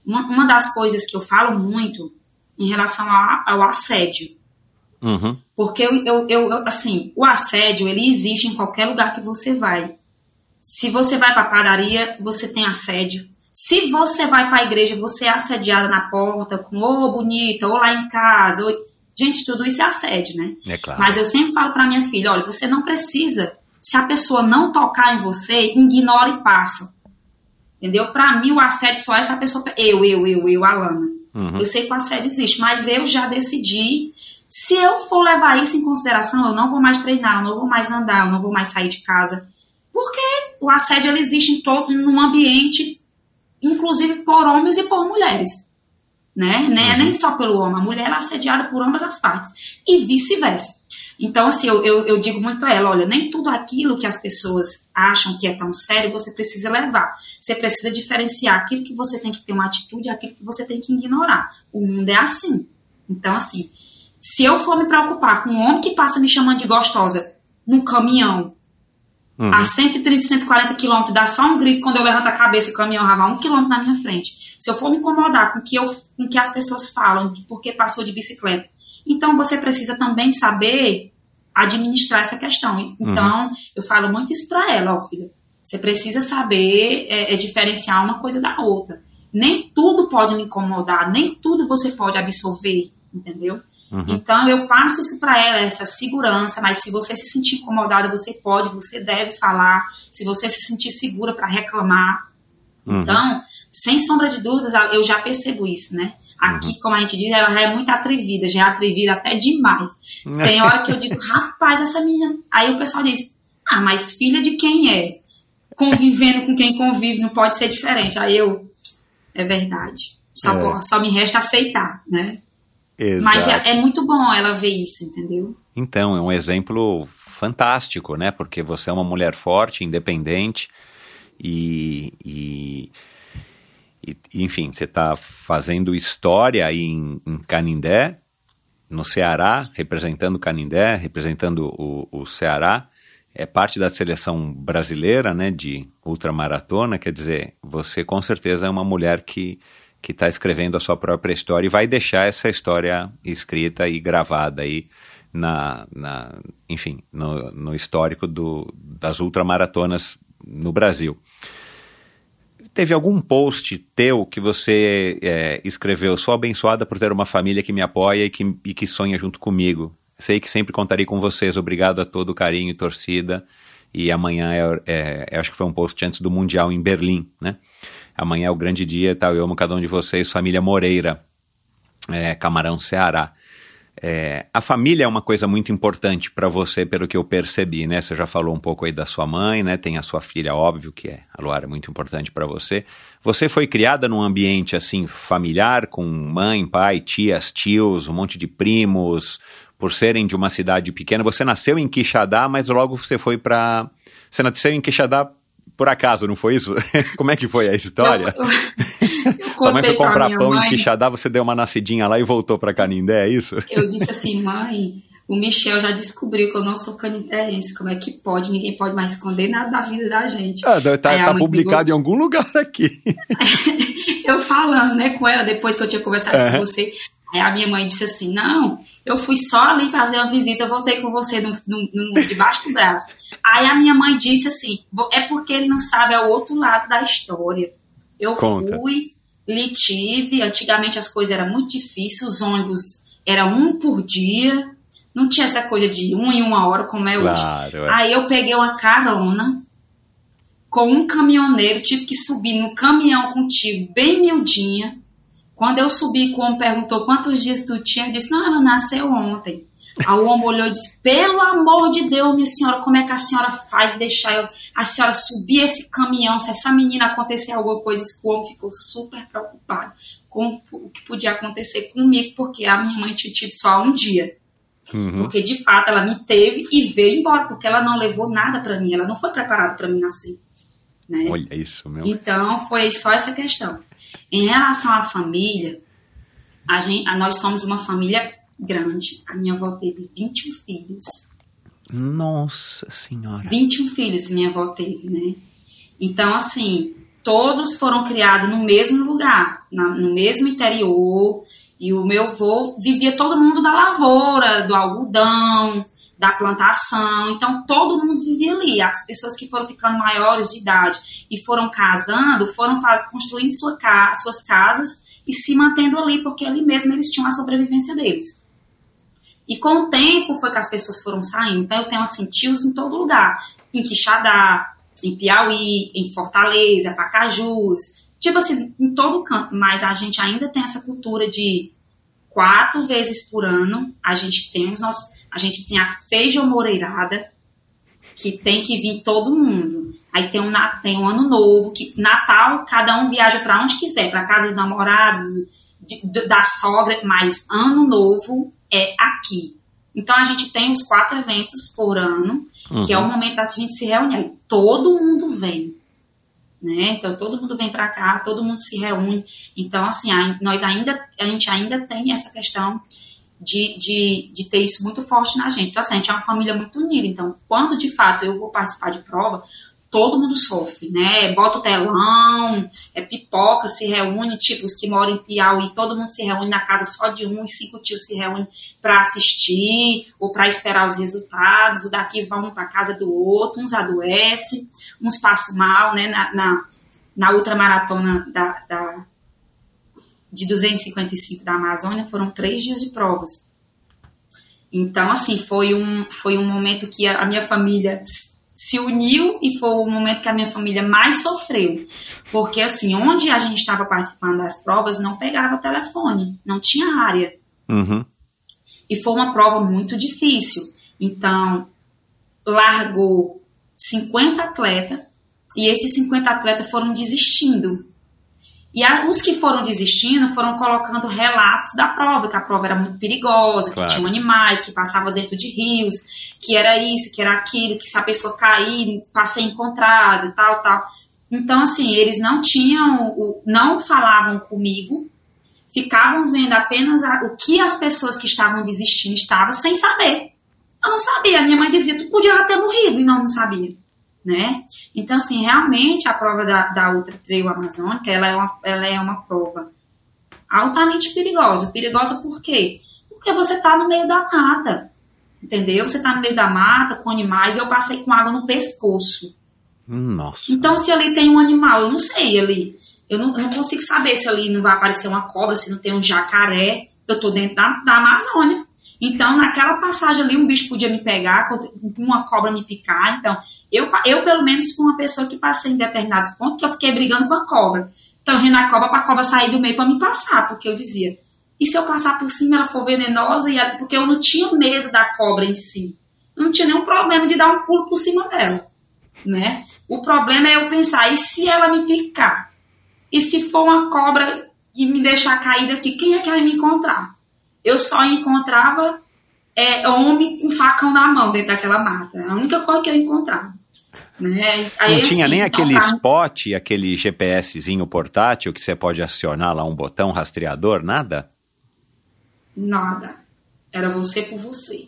S1: uma das coisas que eu falo muito em relação ao assédio.
S9: Uhum.
S1: Porque assim, o assédio, ele existe em qualquer lugar que você vai. Se você vai para a padaria, você tem assédio. Se você vai para a igreja, você é assediada na porta, com ô bonita, ou lá em casa. Gente, tudo isso é assédio, né?
S9: É claro.
S1: Mas eu sempre falo para minha filha, olha, você não precisa, se a pessoa não tocar em você, ignora e passa. Entendeu? Para mim, o assédio só é essa pessoa... Eu, Alana.
S9: Uhum.
S1: Eu sei que o assédio existe, mas eu já decidi... Se eu for levar isso em consideração, eu não vou mais treinar, eu não vou mais andar, eu não vou mais sair de casa. Porque o assédio ele existe num ambiente, inclusive por homens e por mulheres. Né? Nem só pelo homem. A mulher é assediada por ambas as partes. E vice-versa. Então, assim, eu digo muito pra ela, olha, nem tudo aquilo que as pessoas acham que é tão sério, você precisa levar. Você precisa diferenciar aquilo que você tem que ter uma atitude e aquilo que você tem que ignorar. O mundo é assim. Então, assim... Se eu for me preocupar com um homem que passa me chamando de gostosa no caminhão, a 130, 140 quilômetros, dá só um grito quando eu levanto a cabeça e o caminhão já vai 1 quilômetro na minha frente. Se eu for me incomodar com o que as pessoas falam, de porque passou de bicicleta, então você precisa também saber administrar essa questão. Então, eu falo muito isso pra ela, ó, filha. Você precisa saber diferenciar uma coisa da outra. Nem tudo pode lhe incomodar, nem tudo você pode absorver, entendeu? Então, eu passo isso para ela, essa segurança, mas se você se sentir incomodada, você deve falar, se você se sentir segura para reclamar. Então, sem sombra de dúvidas, eu já percebo isso, né? Aqui, como a gente diz, ela já é muito atrevida, já é atrevida até demais. Tem hora que eu digo, rapaz, essa menina... Aí o pessoal diz, mas filha de quem é? Convivendo com quem convive, não pode ser diferente. Aí é verdade. Só me resta aceitar, né?
S9: Exato.
S1: Mas é muito bom ela ver isso, entendeu?
S9: Então, é um exemplo fantástico, né? Porque você é uma mulher forte, independente e enfim, você está fazendo história aí em Canindé, no Ceará, representando Canindé, representando o Ceará. É parte da seleção brasileira, né, de ultramaratona. Quer dizer, você com certeza é uma mulher que está escrevendo a sua própria história e vai deixar essa história escrita e gravada aí enfim, no histórico das ultramaratonas no Brasil. Teve algum post teu que você escreveu, sou abençoada por ter uma família que me apoia e que sonha junto comigo. Sei que sempre contarei com vocês, obrigado a todo o carinho e torcida. E amanhã, acho que foi um post antes do Mundial em Berlim, né? Amanhã é o grande dia, tá? Eu amo cada um de vocês, família Moreira, Camarão, Ceará. A família é uma coisa muito importante para você, pelo que eu percebi, né? Você já falou um pouco aí da sua mãe, né? Tem a sua filha, óbvio que a Luara é muito importante para você. Você foi criada num ambiente, assim, familiar, com mãe, pai, tias, tios, um monte de primos, por serem de uma cidade pequena. Você nasceu em Quixadá, mas logo você foi para... Você nasceu em Quixadá por acaso, não foi isso? Como é que foi a história? Tua mãe foi comprar pão em Quixadá, você deu uma nascidinha lá e voltou para Canindé, é isso?
S1: Eu disse assim, mãe, o Michel já descobriu que eu não sou canindéense, como é que pode? Ninguém pode mais esconder nada da vida da gente.
S9: Tá publicado em algum lugar aqui.
S1: Eu falando, né, com ela, depois que eu tinha conversado com você, aí a minha mãe disse assim, não, eu fui só ali fazer uma visita, eu voltei com você debaixo do braço. Aí a minha mãe disse assim, é porque ele não sabe, é o outro lado da história. Eu fui, lhe tive, antigamente as coisas eram muito difíceis, os ônibus eram 1 por dia, não tinha essa coisa de 1 em 1 hora como é hoje. Aí eu peguei uma carona com um caminhoneiro, tive que subir no caminhão contigo, bem miudinha. Quando eu subi, o homem perguntou quantos dias tu tinha, eu disse, não, ela nasceu ontem. Aí o homem olhou e disse, pelo amor de Deus, minha senhora, como é que a senhora faz deixar a senhora subir esse caminhão, se essa menina acontecer alguma coisa, o homem ficou super preocupado com o que podia acontecer comigo, porque a minha mãe tinha tido só um dia. Porque de fato ela me teve e veio embora, porque ela não levou nada pra mim, ela não foi preparada pra mim nascer. Né?
S9: Olha isso, meu.
S1: Então foi só essa questão. Em relação à família, nós somos uma família grande. A minha avó teve 21 filhos.
S9: Nossa Senhora.
S1: 21 filhos minha avó teve, né? Então, assim, todos foram criados no mesmo lugar, no mesmo interior, e o meu avô vivia todo mundo da lavoura, do algodão, da plantação, então todo mundo vivia ali. As pessoas que foram ficando maiores de idade e foram casando, foram construindo suas casas e se mantendo ali, porque ali mesmo eles tinham a sobrevivência deles. E com o tempo foi que as pessoas foram saindo. Então eu tenho assim, tios em todo lugar, em Quixadá, em Piauí, em Fortaleza, Pacajus, tipo assim, em todo canto. Mas a gente ainda tem essa cultura de 4 vezes por ano, a gente tem a feijomoreirada, que tem que vir todo mundo. Aí tem um ano novo, que Natal, cada um viaja para onde quiser, para casa do namorado, da sogra, mas ano novo é aqui. Então a gente tem os 4 eventos por ano, que é o momento da gente se reunir. Aí todo mundo vem, né? Então todo mundo vem para cá, todo mundo se reúne. Então assim, a gente ainda tem essa questão de ter isso muito forte na gente. Então assim, a gente é uma família muito unida. Então quando de fato eu vou participar de prova, todo mundo sofre, né? Bota o telão, pipoca, se reúne, tipo, os que moram em Piauí, todo mundo se reúne na casa só de um, e 5 tios se reúnem para assistir ou para esperar os resultados, o daqui vão para casa do outro, uns adoecem, uns passam mal, né? Na ultramaratona de 255 da Amazônia, foram 3 dias de provas. Então, assim, foi um momento que a minha família se uniu e foi o momento que a minha família mais sofreu. Porque, assim, onde a gente estava participando das provas, não pegava telefone, não tinha área.
S9: Uhum.
S1: E foi uma prova muito difícil. Então, largou 50 atletas e esses 50 atletas foram desistindo. E os que foram desistindo foram colocando relatos da prova, que a prova era muito perigosa, claro, que tinham animais, que passavam dentro de rios, que era isso, que era aquilo, que se a pessoa cair, para ser encontrada e tal, tal. Então, assim, eles não falavam comigo, ficavam vendo apenas o que as pessoas que estavam desistindo estavam, sem saber. Eu não sabia, a minha mãe dizia, tu podia ter morrido, e não sabia. Né? Então, assim, realmente a prova da Ultra Trail Amazônica, ela é uma prova altamente perigosa. Perigosa por quê? Porque você está no meio da mata, entendeu? Você está no meio da mata, com animais. Eu passei com água no pescoço.
S9: Nossa.
S1: Então, se ali tem um animal, eu não sei ali. Eu não consigo saber se ali não vai aparecer uma cobra, se não tem um jacaré. Eu estou dentro da Amazônia. Então, naquela passagem ali, um bicho podia me pegar, uma cobra me picar. Então, eu pelo menos, fui uma pessoa que passei em determinados pontos que eu fiquei brigando com a cobra. Então, rindo a cobra para a cobra sair do meio para me passar, porque eu dizia, e se eu passar por cima, ela for venenosa? Porque eu não tinha medo da cobra em si. Eu não tinha nenhum problema de dar um pulo por cima dela, né? O problema é eu pensar, e se ela me picar? E se for uma cobra e me deixar cair daqui, quem é que vai me encontrar? Eu só encontrava homem com facão na mão dentro daquela mata. A única coisa que eu encontrava. Né? Aí,
S9: não tinha
S1: assim,
S9: nem aquele spot, aquele GPSzinho portátil que você pode acionar lá um botão rastreador, nada?
S1: Nada. Era você por você.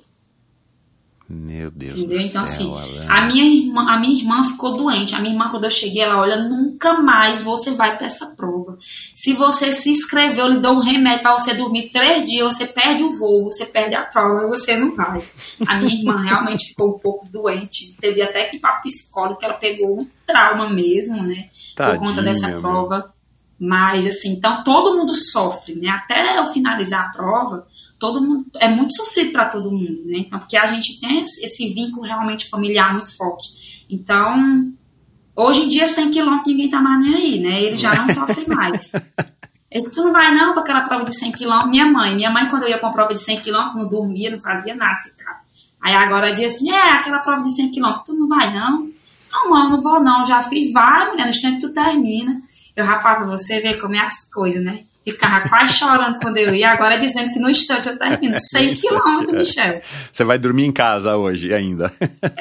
S9: Meu Deus
S1: entendeu?
S9: do
S1: Então,
S9: céu,
S1: assim, a minha irmã ficou doente. A minha irmã, quando eu cheguei, ela, olha, nunca mais você vai para essa prova. Se você se inscreveu, eu lhe dou um remédio para você dormir 3 dias, você perde o voo, você perde a prova e você não vai. A minha irmã realmente ficou um pouco doente. Teve até que ir para psicólogo, que ela pegou um trauma mesmo, né?
S9: Tadinha,
S1: por conta dessa prova. Mas, assim, então todo mundo sofre, né? Até eu finalizar a prova, todo mundo, é muito sofrido para todo mundo, né? Então, porque a gente tem esse vínculo realmente familiar muito forte. Então, hoje em dia, 100 quilômetros, ninguém tá mais nem aí, né? Eles já não sofrem mais. Tu não vai não para aquela prova de 100 quilômetros? Minha mãe, quando eu ia para uma prova de 100 quilômetros, não dormia, não fazia nada, ficava. Aí agora diz assim, aquela prova de 100 quilômetros, tu não vai não? Não, mãe, eu não vou não, já fiz, vai, mulher, no instante tu termina. Eu, rapaz, pra você ver como é as coisas, né? Ficava quase chorando quando eu ia, agora dizendo que no instante eu termino 100 quilômetros, Michel.
S9: Você vai dormir em casa hoje ainda.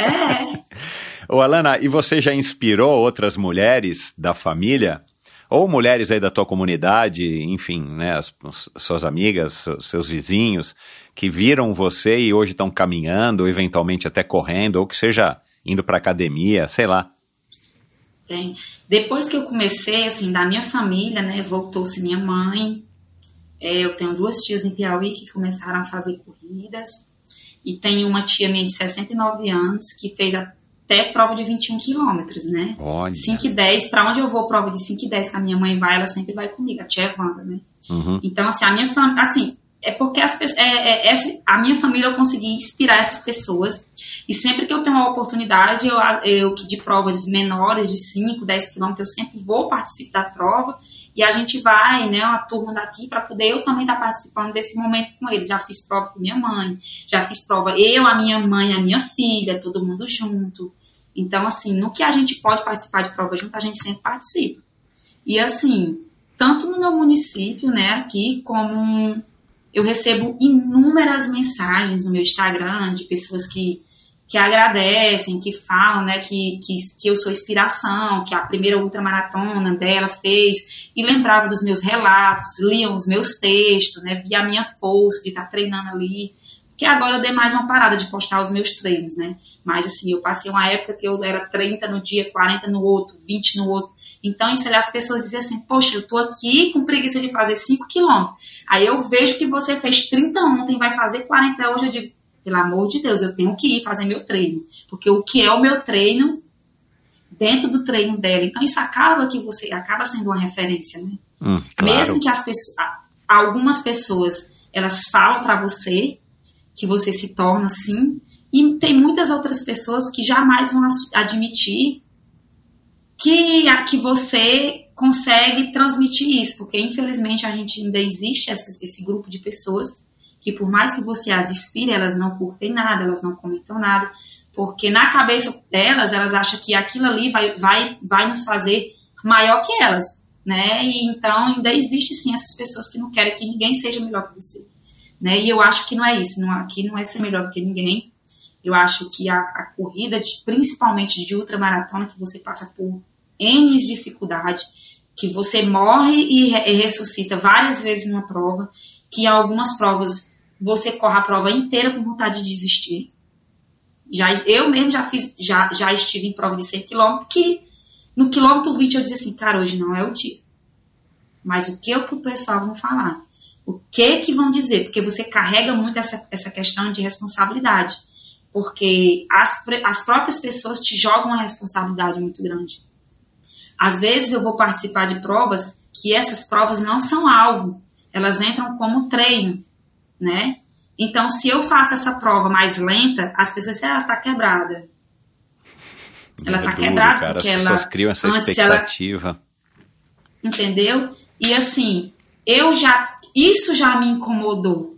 S9: Ô, Alana, e você já inspirou outras mulheres da família? Ou mulheres aí da tua comunidade, enfim, né, as suas amigas, seus vizinhos, que viram você e hoje estão caminhando, ou eventualmente até correndo, ou que seja indo pra academia, sei lá.
S1: Tem. Depois que eu comecei, assim, da minha família, né, voltou-se minha mãe. Eu tenho 2 tias em Piauí que começaram a fazer corridas. E tem uma tia minha de 69 anos que fez até prova de 21 quilômetros, né?
S9: Olha.
S1: 5 e 10, pra onde eu vou prova de 5 e 10 que a minha mãe vai, ela sempre vai comigo, a tia Evanda, né?
S9: Uhum.
S1: Então, assim, a minha família, assim, é porque a minha família eu consegui inspirar essas pessoas. E sempre que eu tenho uma oportunidade, eu de provas menores, de 5, 10 quilômetros, eu sempre vou participar da prova. E a gente vai, né, uma turma daqui, para poder eu também estar participando desse momento com eles. Já fiz prova com minha mãe, já fiz prova eu, a minha mãe, a minha filha, todo mundo junto. Então, assim, no que a gente pode participar de prova junto, a gente sempre participa. E, assim, tanto no meu município, né, aqui, como eu recebo inúmeras mensagens no meu Instagram de pessoas que agradecem, que falam, né, que eu sou inspiração, que a primeira ultramaratona dela fez, e lembrava dos meus relatos, liam os meus textos, né, via a minha força de estar treinando ali, porque agora eu dei mais uma parada de postar os meus treinos, né, mas assim, eu passei uma época que eu era 30 no dia, 40 no outro, 20 no outro, então isso ali as pessoas diziam assim, poxa, eu tô aqui com preguiça de fazer 5 quilômetros, aí eu vejo que você fez 30 ontem, vai fazer 40 hoje, eu digo, pelo amor de Deus, eu tenho que ir fazer meu treino. Porque o que é o meu treino, dentro do treino dela. Então, isso acaba que você acaba sendo uma referência, né?
S9: Claro.
S1: Mesmo que algumas pessoas, elas falam para você que você se torna assim, e tem muitas outras pessoas que jamais vão admitir que você consegue transmitir isso. Porque, infelizmente, a gente ainda existe esse grupo de pessoas que por mais que você as inspire, elas não curtem nada, elas não comentam nada, porque na cabeça delas, elas acham que aquilo ali vai nos fazer maior que elas, né? E então ainda existe sim essas pessoas que não querem que ninguém seja melhor que você, né? E eu acho que não é isso, aqui não é ser melhor que ninguém. Eu acho que a corrida, principalmente de ultramaratona, que você passa por N dificuldades, que você morre e ressuscita várias vezes numa prova, que em algumas provas você corre a prova inteira com vontade de desistir. Eu mesmo já estive em prova de 100 km, que no quilômetro 20 eu dizia assim, cara, hoje não é o dia. Mas o que o pessoal vão falar? O que vão dizer? Porque você carrega muito essa questão de responsabilidade. Porque as próprias pessoas te jogam uma responsabilidade muito grande. Às vezes eu vou participar de provas que essas provas não são alvo. Elas entram como treino, né? Então, se eu faço essa prova mais lenta, as pessoas dizem, ela tá quebrada. Ela tá quebrada
S9: cara,
S1: porque
S9: as pessoas criam essa expectativa.
S1: Entendeu? E assim, isso já me incomodou.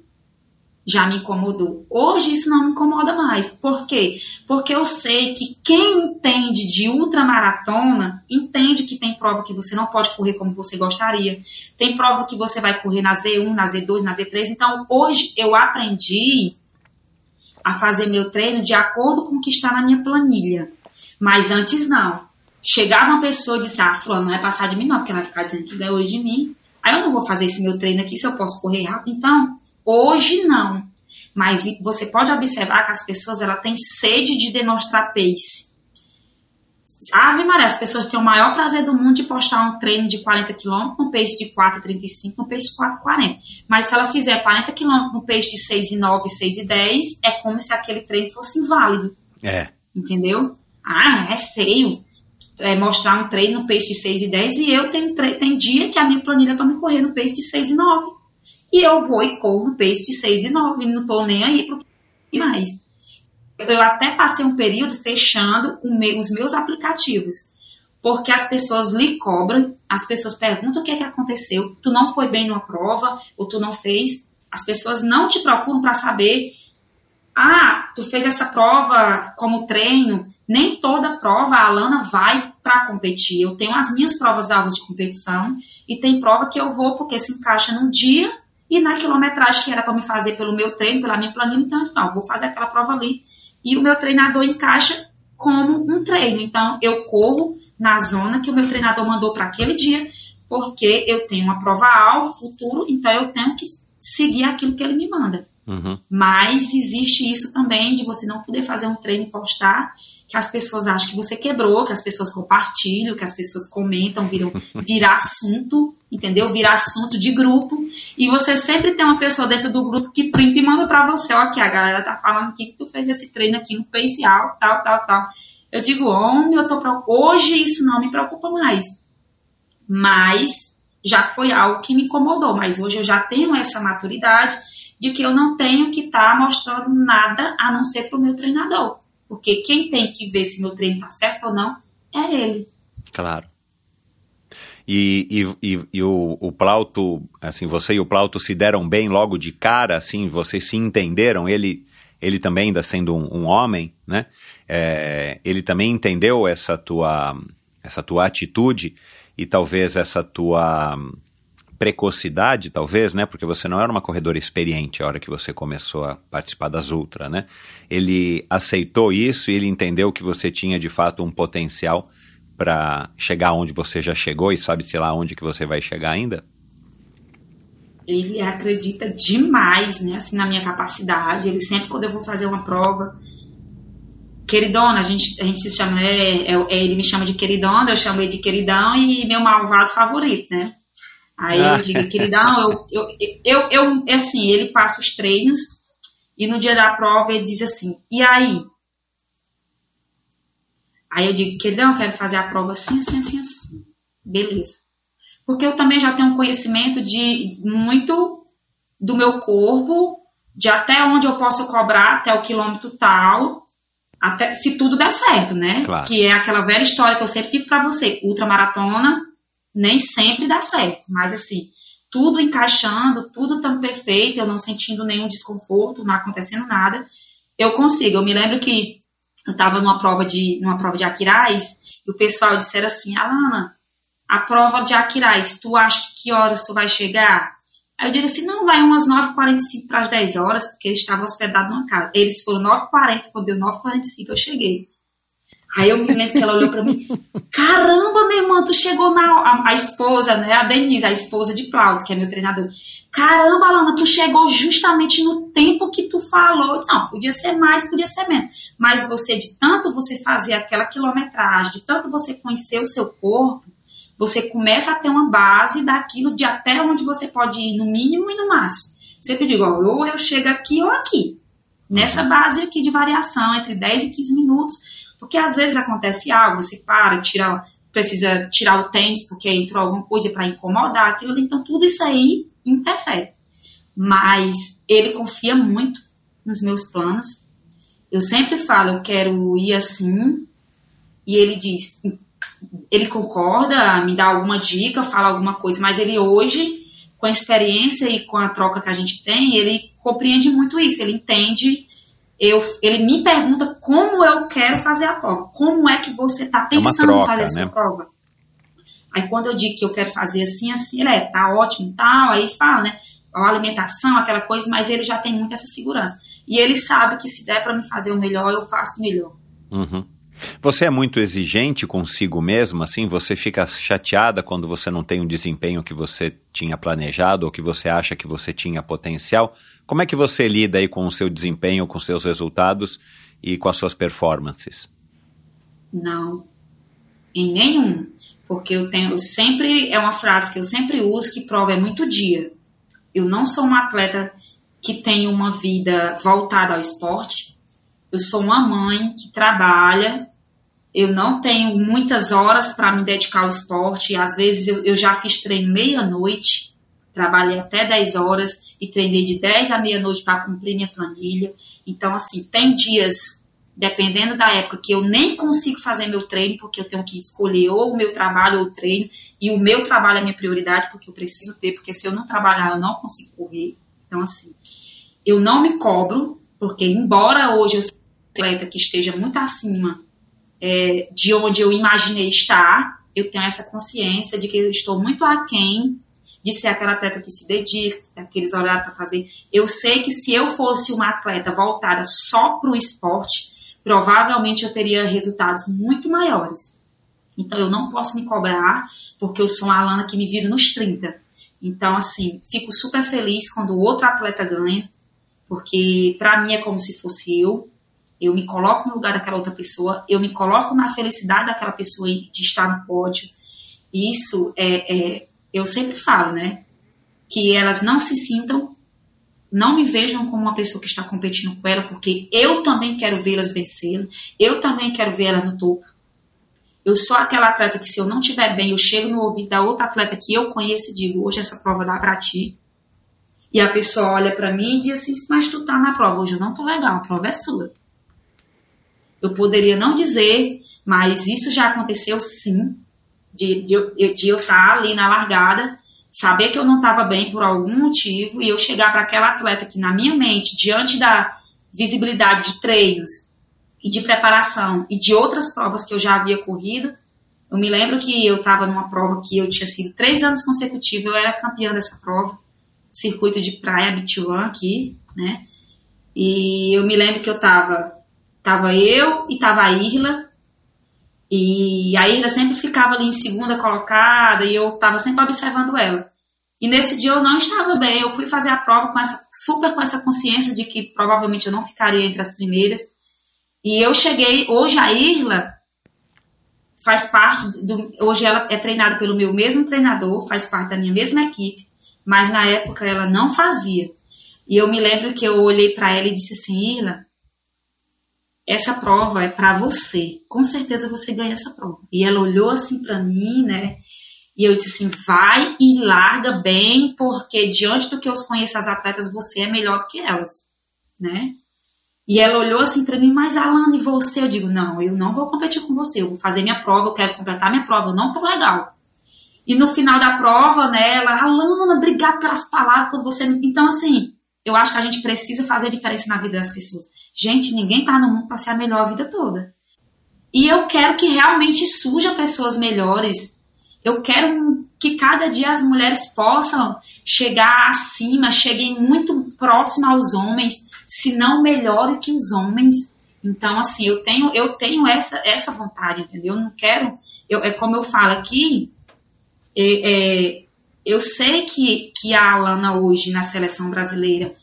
S1: Hoje isso não me incomoda mais. Por quê? Porque eu sei que quem entende de ultramaratona entende que tem prova que você não pode correr como você gostaria. Tem prova que você vai correr na Z1, na Z2, na Z3. Então, hoje eu aprendi a fazer meu treino de acordo com o que está na minha planilha. Mas antes não. Chegava uma pessoa e disse, fulano, não é passar de mim não, porque ela vai ficar dizendo que ganhou de mim. Aí eu não vou fazer esse meu treino aqui se eu posso correr rápido. Então, hoje não, mas você pode observar que as pessoas ela têm sede de demonstrar pace. Ave Maria, as pessoas têm o maior prazer do mundo de postar um treino de 40 km no pace de 4,35, no pace de 4,40. Mas se ela fizer 40 km no pace de 6,9, 6,10, é como se aquele treino fosse inválido. Entendeu? É feio mostrar um treino no pace de 6,10 e eu tenho dia que a minha planilha é para me correr no pace de 6,9. E eu vou e corro no pace de 6,9, e não estou nem aí para o que mais. Eu até passei um período fechando os meus aplicativos, porque as pessoas lhe cobram, as pessoas perguntam o que aconteceu, tu não foi bem numa prova, ou tu não fez, as pessoas não te procuram para saber, tu fez essa prova como treino, nem toda prova a Alana vai para competir, eu tenho as minhas provas alvos de competição, e tem prova que eu vou porque se encaixa num dia, e na quilometragem que era para me fazer pelo meu treino, pela minha planilha, então, não, vou fazer aquela prova ali. E o meu treinador encaixa como um treino. Então, eu corro na zona que o meu treinador mandou para aquele dia, porque eu tenho uma prova-alvo, futuro, então eu tenho que seguir aquilo que ele me manda. Mas existe isso também de você não poder fazer um treino e postar, que as pessoas acham que você quebrou, que as pessoas compartilham, que as pessoas comentam, vira assunto, entendeu? Vira assunto de grupo, e você sempre tem uma pessoa dentro do grupo que printa e manda pra você, ó, aqui a galera tá falando aqui que tu fez esse treino aqui no Pace Out, tal. Eu digo, homem, hoje isso não me preocupa mais, mas já foi algo que me incomodou, mas hoje eu já tenho essa maturidade de que eu não tenho que estar mostrando nada a não ser pro meu treinador. Porque quem tem que ver se meu treino tá certo ou não é ele.
S9: Claro. E o Plauto, assim, você e o Plauto se deram bem logo de cara, assim, vocês se entenderam, ele também ainda sendo um homem, né? Ele também entendeu essa tua atitude e talvez essa tua precocidade, talvez, né? Porque você não era uma corredora experiente a hora que você começou a participar das ultra, né? Ele aceitou isso e ele entendeu que você tinha, de fato, um potencial para chegar onde você já chegou e sabe-se lá onde que você vai chegar ainda?
S1: Ele acredita demais, né? Assim, na minha capacidade. Ele sempre, quando eu vou fazer uma prova... Queridona, a gente se chama... ele me chama de queridona, eu chamo ele de queridão e meu malvado favorito, né? Aí eu digo, queridão, assim, ele passa os treinos e no dia da prova ele diz assim, e aí? Aí eu digo, queridão, eu quero fazer a prova assim. Beleza. Porque eu também já tenho um conhecimento de muito do meu corpo, de até onde eu posso cobrar, até o quilômetro tal, até se tudo der certo, né?
S9: Claro.
S1: Que é aquela velha história que eu sempre digo pra você, ultramaratona nem sempre dá certo, mas assim, tudo encaixando, tudo tão perfeito, eu não sentindo nenhum desconforto, não acontecendo nada, eu consigo. Eu me lembro que eu estava numa prova de Aquiraz, e o pessoal disseram assim, Alana, a prova de Aquiraz, tu acha que horas tu vai chegar? Aí eu digo assim, não, vai umas 9h45 para as 10 horas, porque eles estavam hospedados numa casa. Eles foram 9h40, quando deu 9h45 eu cheguei. Aí eu me lembro que ela olhou pra mim, caramba, minha irmã, tu chegou a esposa, né, a Denise, a esposa de Plauto, que é meu treinador. Caramba, Alana, tu chegou justamente no tempo que tu falou. Eu disse, não, podia ser mais, podia ser menos. Mas você, de tanto você fazer aquela quilometragem, de tanto você conhecer o seu corpo, você começa a ter uma base daquilo de até onde você pode ir no mínimo e no máximo. Sempre digo, ó, ou eu chego aqui ou aqui. Nessa base aqui de variação, entre 10 e 15 minutos. Porque às vezes acontece algo, você precisa tirar o tênis porque entrou alguma coisa para incomodar aquilo, então tudo isso aí interfere. Mas ele confia muito nos meus planos. Eu sempre falo, eu quero ir assim, e ele diz, ele concorda, me dá alguma dica, fala alguma coisa, mas ele hoje, com a experiência e com a troca que a gente tem, ele compreende muito isso, ele entende. Ele me pergunta como eu quero fazer a prova. Como é que você está pensando em fazer a sua prova? Aí quando eu digo que eu quero fazer assim, ele tá ótimo e tal, aí fala, né? A alimentação, aquela coisa, mas ele já tem muito essa segurança. E ele sabe que se der para me fazer o melhor, eu faço o melhor.
S9: Uhum. Você é muito exigente consigo mesmo, assim? Você fica chateada quando você não tem um desempenho que você tinha planejado ou que você acha que você tinha potencial? Como é que você lida aí com o seu desempenho, com os seus resultados e com as suas performances?
S1: Não, em nenhum. Porque é uma frase que eu sempre uso, que prova é muito dia. Eu não sou uma atleta que tem uma vida voltada ao esporte. Eu sou uma mãe que trabalha, eu não tenho muitas horas para me dedicar ao esporte. Às vezes eu já fiz treino meia-noite, trabalhei até 10 horas e treinei de 10 à meia-noite para cumprir minha planilha. Então, assim, tem dias, dependendo da época, que eu nem consigo fazer meu treino, porque eu tenho que escolher ou o meu trabalho ou o treino, e o meu trabalho é minha prioridade, porque eu preciso ter, porque se eu não trabalhar, eu não consigo correr. Então, assim, eu não me cobro, porque embora hoje eu seja um atleta que esteja muito acima de onde eu imaginei estar, eu tenho essa consciência de que eu estou muito aquém de ser aquela atleta que se dedica, aqueles horários para fazer. Eu sei que se eu fosse uma atleta voltada só para o esporte, provavelmente eu teria resultados muito maiores. Então eu não posso me cobrar, porque eu sou uma Alana que me vira nos 30. Então, assim, fico super feliz quando outro atleta ganha. Porque para mim é como se fosse eu me coloco no lugar daquela outra pessoa, eu me coloco na felicidade daquela pessoa de estar no pódio. Isso eu sempre falo, né? Que elas não se sintam, não me vejam como uma pessoa que está competindo com ela, porque eu também quero vê-las vencendo, eu também quero ver ela no topo. Eu sou aquela atleta que, se eu não estiver bem, eu chego no ouvido da outra atleta que eu conheço e digo, hoje essa prova dá pra ti. E a pessoa olha pra mim e diz assim, mas tu tá na prova, hoje eu não tô legal, a prova é sua. Eu poderia não dizer, mas isso já aconteceu sim, de eu estar ali na largada, saber que eu não estava bem por algum motivo, e eu chegar para aquela atleta que, na minha mente, diante da visibilidade de treinos e de preparação e de outras provas que eu já havia corrido, eu me lembro que eu estava numa prova que eu tinha sido 3 anos consecutivos, eu era campeã dessa prova, circuito de praia Beach Run aqui, né? E eu me lembro que eu tava eu e tava a Irla, e a Irla sempre ficava ali em segunda colocada, e eu tava sempre observando ela. E nesse dia eu não estava bem, eu fui fazer a prova com essa consciência de que provavelmente eu não ficaria entre as primeiras. E eu cheguei, hoje a Irla faz parte hoje ela é treinada pelo meu mesmo treinador, faz parte da minha mesma equipe, mas na época ela não fazia. E eu me lembro que eu olhei para ela e disse assim, Irla, essa prova é para você, com certeza você ganha essa prova. E ela olhou assim para mim, né, e eu disse assim, vai e larga bem, porque diante do que eu conheço as atletas, você é melhor do que elas, né. E ela olhou assim para mim, mas Alana, e você? Eu digo, não, eu não vou competir com você, eu vou fazer minha prova, eu quero completar minha prova, eu não tô legal. E no final da prova, né, ela, Alana, obrigada pelas palavras, quando você... Então, assim, eu acho que a gente precisa fazer diferença na vida das pessoas. Gente, ninguém tá no mundo para ser a melhor a vida toda. E eu quero que realmente surjam pessoas melhores. Eu quero que cada dia as mulheres possam chegar acima, cheguem muito próximo aos homens, se não melhor que os homens. Então, assim, eu tenho essa vontade, entendeu? Eu não quero... é como eu falo aqui, eu sei que a Alana hoje na seleção brasileira,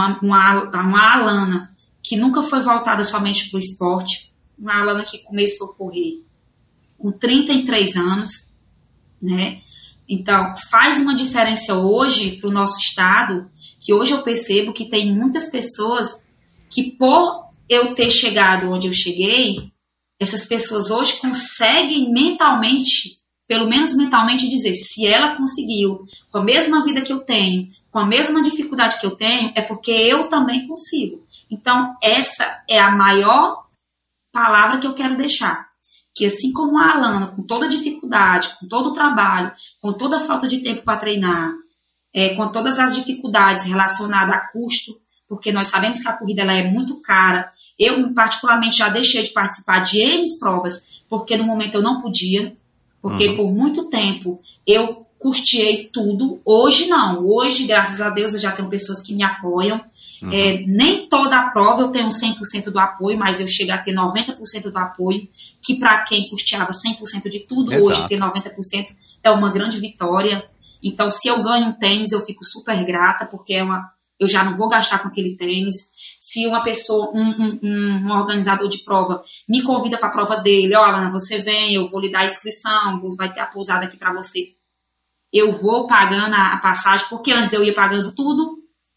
S1: uma Alana que nunca foi voltada somente para o esporte, uma Alana que começou a correr com 33 anos, né? Então, faz uma diferença hoje para o nosso estado, que hoje eu percebo que tem muitas pessoas que, por eu ter chegado onde eu cheguei, essas pessoas hoje conseguem mentalmente, pelo menos mentalmente, dizer, se ela conseguiu, com a mesma vida que eu tenho, com a mesma dificuldade que eu tenho, é porque eu também consigo. Então, essa é a maior palavra que eu quero deixar. Que assim como a Alana, com toda a dificuldade, com todo o trabalho, com toda a falta de tempo para treinar, com todas as dificuldades relacionadas a custo, porque nós sabemos que a corrida ela é muito cara. Eu, particularmente, já deixei de participar de N provas, porque no momento eu não podia, porque por muito tempo eu custeei tudo. Hoje não, hoje, graças a Deus, eu já tenho pessoas que me apoiam. Nem toda a prova eu tenho 100% do apoio, mas eu chego a ter 90% do apoio, que para quem custeava 100% de tudo, exato, hoje ter 90% é uma grande vitória. Então, se eu ganho um tênis, eu fico super grata, porque eu já não vou gastar com aquele tênis. Se uma pessoa, um organizador de prova, me convida para a prova dele, ó, Alana, você vem, eu vou lhe dar a inscrição, vai ter a pousada aqui para você. Eu vou pagando a passagem, porque antes eu ia pagando tudo.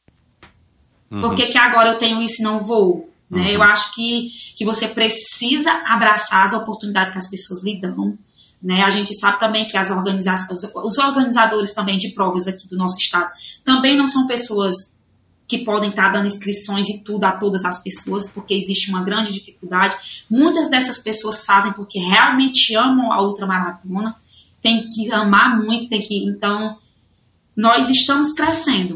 S1: Por que agora eu tenho isso e não vou? Né? Eu acho que você precisa abraçar as oportunidades que as pessoas lhe dão. Né? A gente sabe também que os organizadores também de provas aqui do nosso estado também não são pessoas que podem estar dando inscrições e tudo a todas as pessoas, porque existe uma grande dificuldade. Muitas dessas pessoas fazem porque realmente amam a ultramaratona, tem que amar muito, então nós estamos crescendo.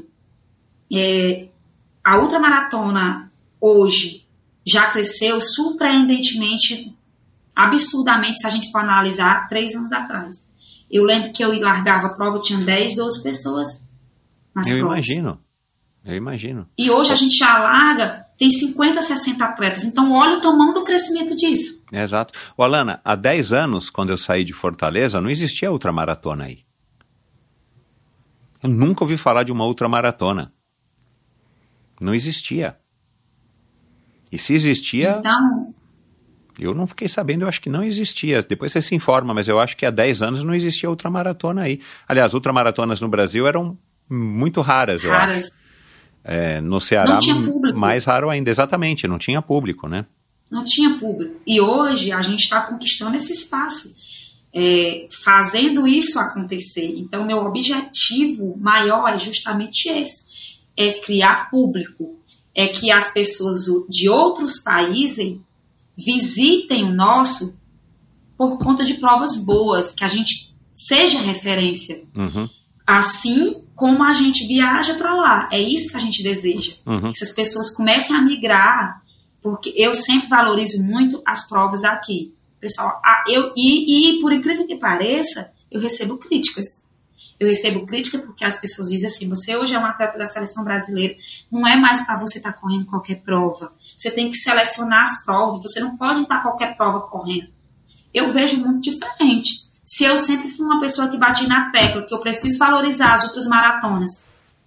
S1: A ultramaratona hoje já cresceu surpreendentemente, absurdamente, se a gente for analisar 3 anos atrás. Eu lembro que eu largava a prova, tinha 10, 12 pessoas nas provas.
S9: Eu imagino.
S1: E hoje a gente já larga, tem 50, 60 atletas. Então, olha o tamanho do crescimento disso.
S9: Exato. Ô, Alana, há 10 anos, quando eu saí de Fortaleza, não existia ultramaratona aí. Eu nunca ouvi falar de uma ultramaratona. Não existia. E se existia...
S1: Então...
S9: Eu não fiquei sabendo, eu acho que não existia. Depois você se informa, mas eu acho que há 10 anos não existia ultramaratona aí. Aliás, ultramaratonas no Brasil eram muito raras, eu acho. No Ceará,
S1: não tinha público.
S9: Mais raro ainda. Exatamente, não tinha público, né?
S1: Não tinha público. E hoje a gente está conquistando esse espaço, fazendo isso acontecer. Então, meu objetivo maior é justamente esse. É criar público. É que as pessoas de outros países visitem o nosso por conta de provas boas, que a gente seja referência.
S9: Uhum.
S1: Assim como a gente viaja para lá. É isso que a gente deseja.
S9: Uhum.
S1: Que essas pessoas comecem a migrar, porque eu sempre valorizo muito as provas daqui. Pessoal, e por incrível que pareça, eu recebo críticas. Eu recebo crítica porque as pessoas dizem assim, você hoje é um atleta da seleção brasileira, não é mais para você estar correndo qualquer prova. Você tem que selecionar as provas, você não pode estar qualquer prova correndo. Eu vejo muito diferente. Se eu sempre fui uma pessoa que bati na tecla, que eu preciso valorizar as outras maratonas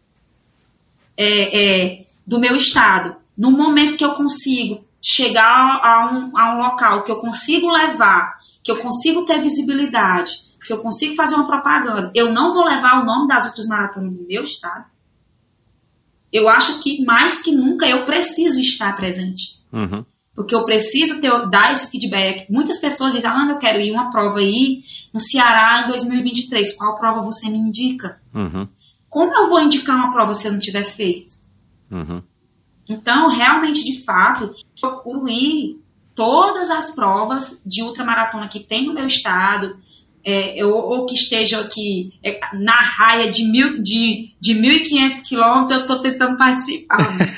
S1: do meu estado, no momento que eu consigo chegar a um local, que eu consigo levar, que eu consigo ter visibilidade, que eu consigo fazer uma propaganda, eu não vou levar o nome das outras maratonas do meu estado. Eu acho que mais que nunca eu preciso estar presente.
S9: Uhum.
S1: Porque eu preciso dar esse feedback. Muitas pessoas dizem, eu quero ir uma prova aí no Ceará em 2023. Qual prova você me indica?
S9: Uhum.
S1: Como eu vou indicar uma prova se eu não tiver feito?
S9: Uhum.
S1: Então, realmente, de fato, eu procuro ir todas as provas de ultramaratona que tem no meu estado, ou que esteja aqui na raia de 1.500 quilômetros, eu estou tentando participar.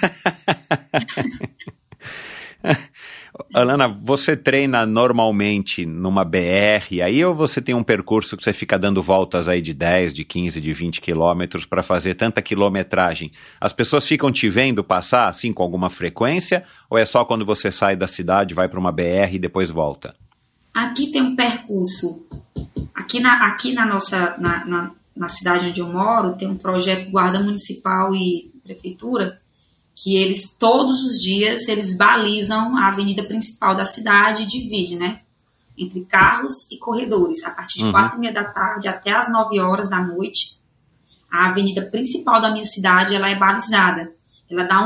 S9: Alana, você treina normalmente numa BR aí, ou você tem um percurso que você fica dando voltas aí de 10, de 15, de 20 quilômetros para fazer tanta quilometragem? As pessoas ficam te vendo passar assim com alguma frequência, ou é só quando você sai da cidade, vai para uma BR e depois volta?
S1: Aqui tem um percurso. Aqui na cidade onde eu moro, tem um projeto Guarda Municipal e Prefeitura, que eles, todos os dias, eles balizam a avenida principal da cidade e divide, né? Entre carros e corredores. A partir de 4h30 da tarde até as 9 horas da noite, a avenida principal da minha cidade, ela é balizada. Ela dá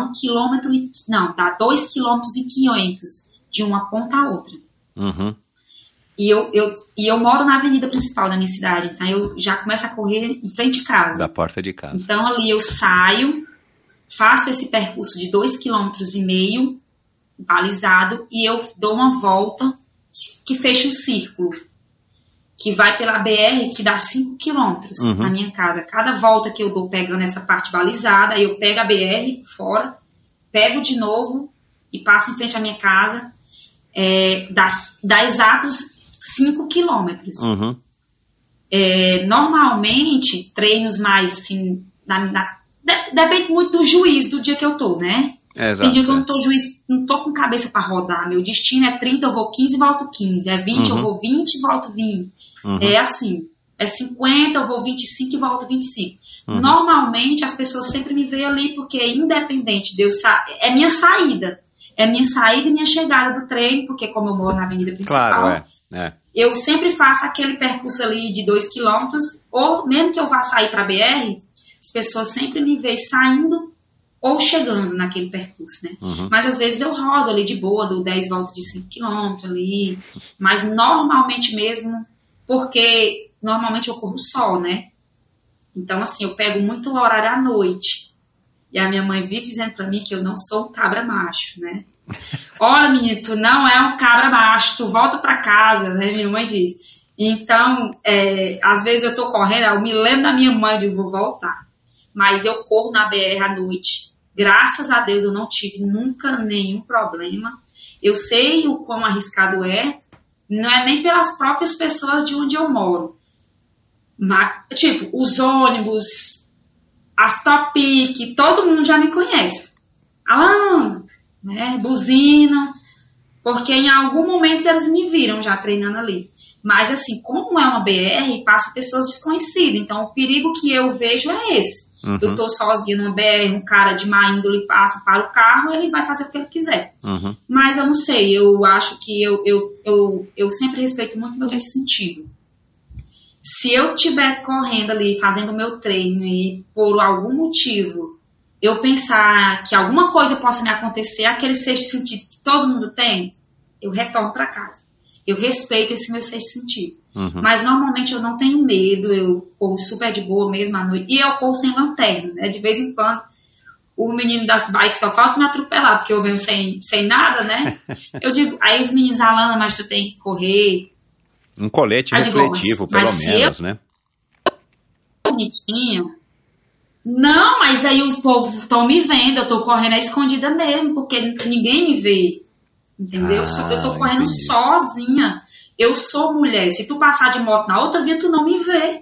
S1: 2,5 km de uma ponta a outra.
S9: Uhum.
S1: E eu moro na avenida principal da minha cidade, então eu já começo a correr em frente de casa.
S9: Da porta de casa.
S1: Então ali eu saio, faço esse percurso de 2,5 km balizado e eu dou uma volta que fecha um círculo, que vai pela BR, que dá 5 km na minha casa. Cada volta que eu dou pegando essa parte balizada, eu pego a BR fora, pego de novo e passo em frente à minha casa, dá exatos 5 quilômetros.
S9: Uhum.
S1: Normalmente, treinos mais assim, depende muito do juiz do dia que eu tô, né?
S9: Exato,
S1: tem dia que eu não tô com cabeça pra rodar. Meu destino é 30, eu vou 15 e volto 15. É 20, eu vou 20 e volto 20. É assim. É 50, eu vou 25 e volto 25. Normalmente, as pessoas sempre me veem ali, porque independente de eu é minha saída. É minha saída e minha chegada do treino, porque como eu moro na avenida principal,
S9: claro,
S1: eu sempre faço aquele percurso ali de 2 km, ou mesmo que eu vá sair para a BR, as pessoas sempre me veem saindo ou chegando naquele percurso, né? Mas às vezes eu rodo ali de boa, dou 10 voltas de 5 km ali, mas normalmente mesmo, porque normalmente eu corro só, né? Então assim, eu pego muito o horário à noite. E a minha mãe vive dizendo pra mim que eu não sou um cabra macho, né? Olha, menino, tu não é um cabra macho, tu volta pra casa, né? Minha mãe diz. Então, às vezes eu tô correndo, eu me lembro da minha mãe de eu vou voltar. Mas eu corro na BR à noite. Graças a Deus eu não tive nunca nenhum problema. Eu sei o quão arriscado é, não é nem pelas próprias pessoas de onde eu moro. Mas, tipo, os ônibus, as Topic, todo mundo já me conhece. Alana, né, buzina, porque em algum momento eles me viram já treinando ali. Mas assim, como é uma BR, passa pessoas desconhecidas, então o perigo que eu vejo é esse. Eu tô sozinha numa BR, um cara de má índole passa para o carro, ele vai fazer o que ele quiser. Mas eu não sei, eu acho que eu sempre respeito muito meu sentido. Se eu estiver correndo ali, fazendo o meu treino e por algum motivo eu pensar que alguma coisa possa me acontecer, aquele sexto sentido que todo mundo tem, eu retorno para casa. Eu respeito esse meu sexto sentido. Mas normalmente eu não tenho medo, eu corro super de boa mesmo à noite. E eu corro sem lanterna, né? De vez em quando o menino das bikes só falta me atropelar, porque eu venho sem nada, né? Eu digo, aí os meninos, Alana, mas tu tem que correr.
S9: Um colete refletivo, pelo menos, né?
S1: Bonitinho. Não, mas aí os povos estão me vendo, eu tô correndo escondida mesmo, porque ninguém me vê. Entendeu? Eu tô correndo sozinha. Eu sou mulher. Se tu passar de moto na outra via, tu não me vê.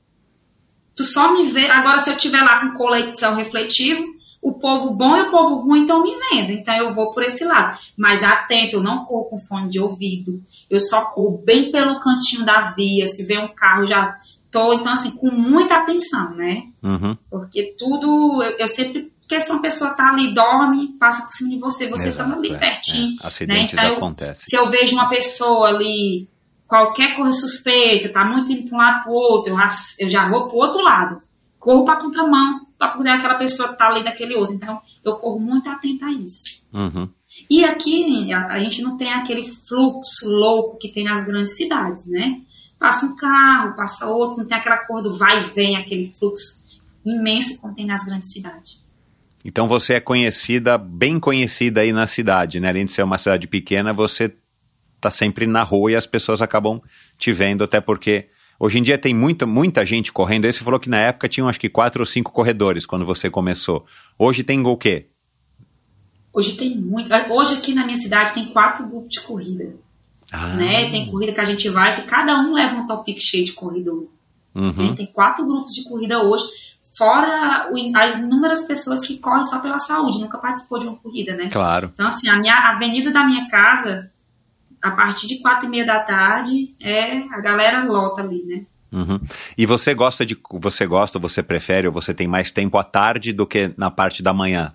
S1: Tu só me vê. Agora, se eu estiver lá com coletezão refletivo, o povo bom e o povo ruim estão me vendo. Então, eu vou por esse lado. Mas atento, eu não corro com fone de ouvido. Eu só corro bem pelo cantinho da via. Se vê um carro, já tô. Então, assim, com muita atenção, né? Porque tudo... Eu sempre... Porque se uma pessoa tá ali, dorme, passa por cima de você, você tá ali pertinho.
S9: Acidentes,
S1: né? Então,
S9: acontecem.
S1: Se eu vejo uma pessoa ali, qualquer coisa suspeita, tá muito indo para um lado pro outro, eu já vou pro outro lado. Corro pra contramão, pra poder aquela pessoa que tá ali daquele outro. Então, eu corro muito atenta a isso. E aqui, a gente não tem aquele fluxo louco que tem nas grandes cidades, né? Passa um carro, passa outro, não tem aquela cor do vai e vem, aquele fluxo imenso como tem nas grandes cidades.
S9: Então você é conhecida, bem conhecida aí na cidade, né? Além de ser uma cidade pequena, você tá sempre na rua e as pessoas acabam te vendo, até porque hoje em dia tem muita gente correndo. Aí você falou que na época tinham acho que 4 ou 5 corredores quando você começou. Hoje tem o quê?
S1: Hoje tem muito. Hoje aqui na minha cidade tem 4 grupos de corrida. Né? Tem corrida que a gente vai, que cada um leva um topic cheio de corredor. Né? Tem 4 grupos de corrida hoje. Fora as inúmeras pessoas que correm só pela saúde, nunca participou de uma corrida, né?
S9: Claro.
S1: Então, assim, a avenida da minha casa, a partir de 4h30 da tarde, a galera lota ali, né?
S9: E você você prefere, ou você tem mais tempo à tarde do que na parte da manhã?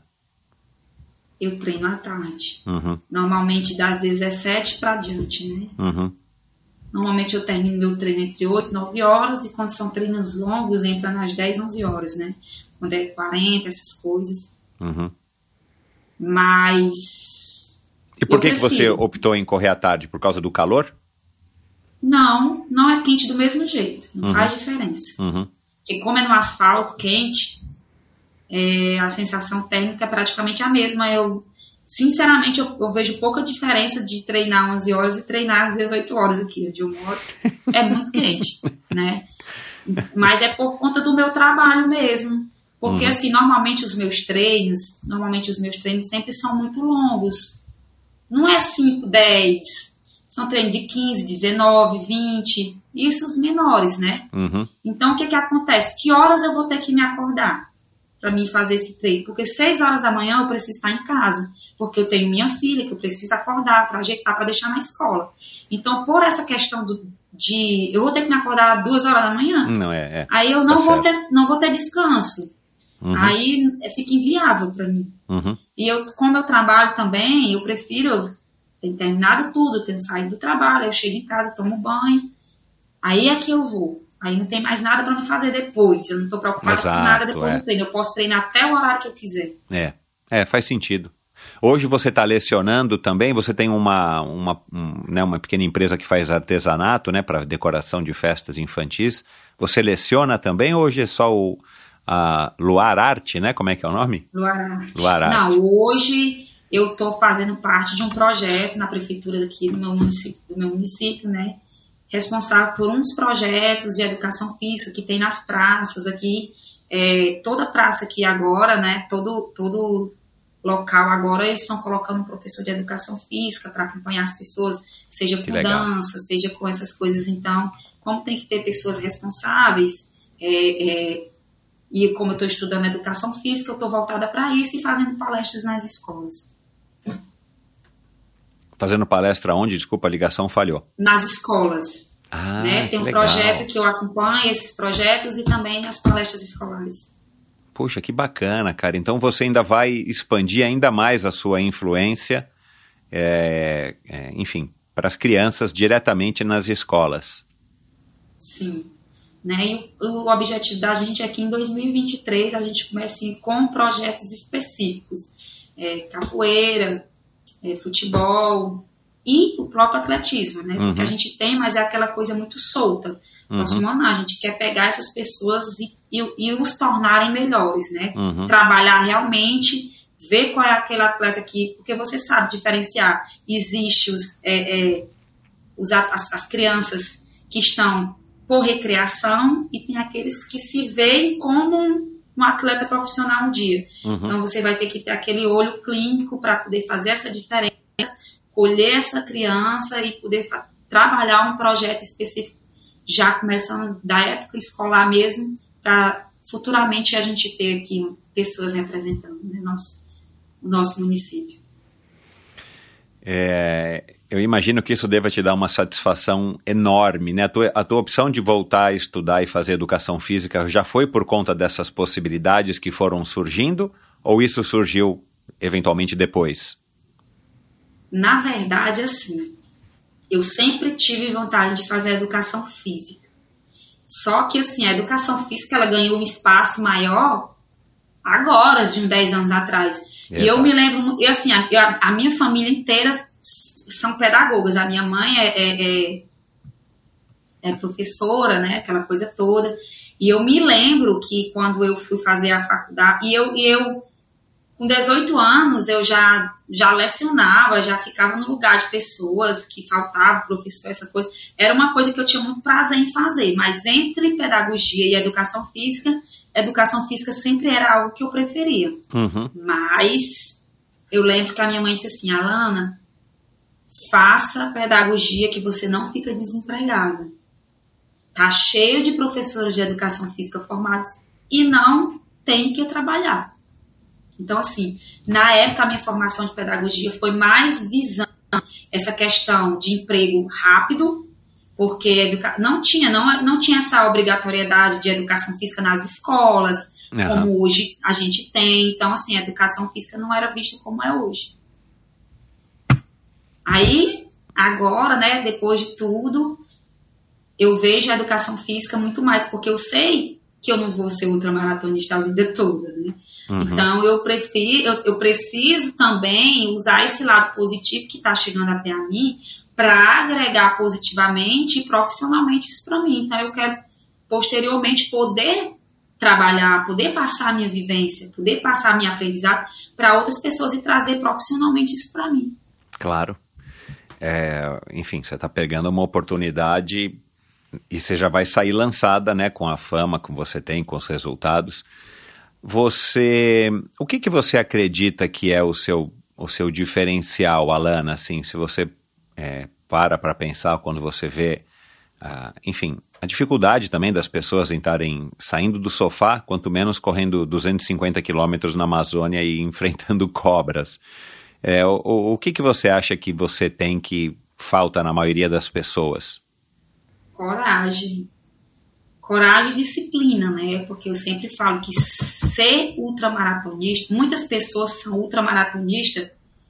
S1: Eu treino à tarde. Normalmente das 17 para diante, né? Normalmente eu termino meu treino entre 8 e 9 horas, e quando são treinos longos, entra nas 10, 11 horas, né? Quando é 40, essas coisas. Mas...
S9: E por que você optou em correr à tarde? Por causa do calor?
S1: Não é quente do mesmo jeito. Não faz diferença. Porque como é no asfalto quente, a sensação térmica é praticamente a mesma. Sinceramente, eu vejo pouca diferença de treinar 11 horas e treinar às 18 horas aqui, onde eu moro. É muito quente, né? Mas é por conta do meu trabalho mesmo. Porque, assim, normalmente os meus treinos sempre são muito longos. Não é 5, 10. São treinos de 15, 19, 20. Isso os menores, né? Então, o que acontece? Que horas eu vou ter que me acordar para mim fazer esse treino? Porque 6 horas da manhã eu preciso estar em casa. Porque eu tenho minha filha que eu preciso acordar para ajeitar, para deixar na escola. Então, por essa questão eu vou ter que me acordar 2 horas da manhã?
S9: Não,
S1: aí eu não vou ter descanso. Aí fica inviável para mim. E como eu trabalho também, eu prefiro ter terminado tudo, ter saído do trabalho, eu chego em casa, tomo banho, aí é que eu vou. Aí não tem mais nada para me fazer depois. Eu não estou preocupada com nada depois do treino. Eu posso treinar até o horário que eu quiser.
S9: Faz sentido. Hoje você está lecionando também, você tem uma pequena empresa que faz artesanato, né, para decoração de festas infantis. Você leciona também, ou hoje é só a Luar Arte, né? Como é que é o nome?
S1: Luar Arte.
S9: Luar Arte.
S1: Não, hoje eu estou fazendo parte de um projeto na prefeitura daqui do meu município, né? Responsável por uns projetos de educação física que tem nas praças aqui. Toda praça aqui agora, né? Todo local agora, eles estão colocando um professor de educação física para acompanhar as pessoas, seja com dança, seja com essas coisas. Então, como tem que ter pessoas responsáveis, e como eu estou estudando educação física, eu estou voltada para isso e fazendo palestras nas escolas.
S9: Fazendo palestra onde? Desculpa, a ligação falhou.
S1: Nas escolas. Né? Tem um projeto que eu acompanho, esses projetos, e também as palestras escolares.
S9: Poxa, que bacana, cara. Então você ainda vai expandir ainda mais a sua influência, enfim, para as crianças diretamente nas escolas.
S1: Sim. Né? E o objetivo da gente é que em 2023 a gente comece com projetos específicos. Capoeira, futebol e o próprio atletismo, né? Porque a gente tem, mas é aquela coisa muito solta. Nosso a gente quer pegar essas pessoas e os tornarem melhores, né? Trabalhar realmente, ver qual é aquele atleta que... Porque você sabe diferenciar. Existe as crianças que estão por recreação e tem aqueles que se veem como um atleta profissional um dia. Então você vai ter que ter aquele olho clínico para poder fazer essa diferença, colher essa criança e poder trabalhar um projeto específico, já começando da época escolar mesmo, para futuramente a gente ter aqui pessoas representando, né, o nosso município.
S9: Eu imagino que isso deva te dar uma satisfação enorme, né? A tua opção de voltar a estudar e fazer educação física já foi por conta dessas possibilidades que foram surgindo, ou isso surgiu eventualmente depois?
S1: Na verdade, assim, eu sempre tive vontade de fazer educação física. Só que, assim, a educação física, ela ganhou um espaço maior agora, de uns 10 anos atrás. Exato. E eu me lembro, assim, a minha família inteira são pedagogas. A minha mãe é professora, né, aquela coisa toda. E eu me lembro que quando eu fui fazer a faculdade, e eu com 18 anos, eu já lecionava, já ficava no lugar de pessoas que faltavam, professor, essa coisa. Era uma coisa que eu tinha muito prazer em fazer, mas entre pedagogia e educação física sempre era algo que eu preferia. Mas eu lembro que a minha mãe disse assim: Alana, faça pedagogia que você não fica desempregada. Tá cheio de professores de educação física formados e não tem que trabalhar. Então, assim, na época a minha formação de pedagogia foi mais visando essa questão de emprego rápido, porque não tinha essa obrigatoriedade de educação física nas escolas, como hoje a gente tem. Então, assim, a educação física não era vista como é hoje. Aí, agora, né, depois de tudo, eu vejo a educação física muito mais, porque eu sei que eu não vou ser ultramaratonista a vida toda, né? Então, eu preciso também usar esse lado positivo que está chegando até a mim para agregar positivamente e profissionalmente isso para mim. Então, eu quero, posteriormente, poder trabalhar, poder passar a minha vivência, poder passar a minha aprendizado para outras pessoas e trazer profissionalmente isso para mim.
S9: Claro. Enfim, você está pegando uma oportunidade e você já vai sair lançada, né, com a fama que você tem, com os resultados. O que você acredita que é o seu diferencial, Alana, assim, se você para pensar quando você vê, enfim, a dificuldade também das pessoas em estarem saindo do sofá, quanto menos correndo 250 quilômetros na Amazônia e enfrentando cobras. O que você acha que você tem que falta na maioria das pessoas?
S1: Coragem e disciplina, né? Porque eu sempre falo que ser ultramaratonista, muitas pessoas são ultramaratonistas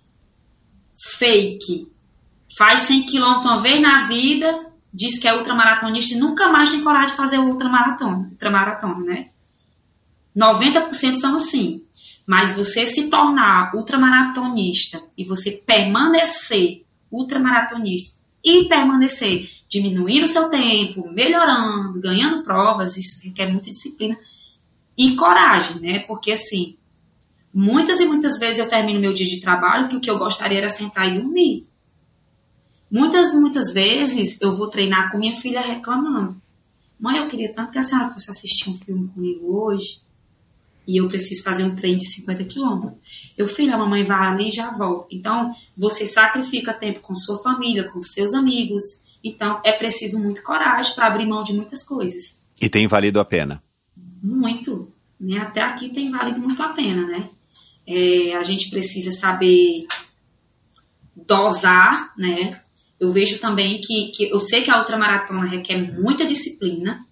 S1: fake. Faz 100 km uma vez na vida, diz que é ultramaratonista e nunca mais tem coragem de fazer ultramaratona, né? 90% são assim. Mas você se tornar ultramaratonista e você permanecer ultramaratonista e permanecer diminuindo o seu tempo, melhorando, ganhando provas, isso requer muita disciplina e coragem, né? Porque, assim, muitas e muitas vezes eu termino meu dia de trabalho que o que eu gostaria era sentar e dormir. Muitas vezes eu vou treinar com minha filha reclamando. Mãe, eu queria tanto que a senhora fosse assistir um filme comigo hoje e eu preciso fazer um treino de 50 quilômetros. Filha, a mamãe vai ali e já volta. Então, você sacrifica tempo com sua família, com seus amigos. Então, é preciso muito coragem para abrir mão de muitas coisas.
S9: E tem valido a pena?
S1: Muito. Né? Até aqui tem valido muito a pena, né? A gente precisa saber dosar, né? Eu vejo também que eu sei que a ultramaratona requer muita disciplina,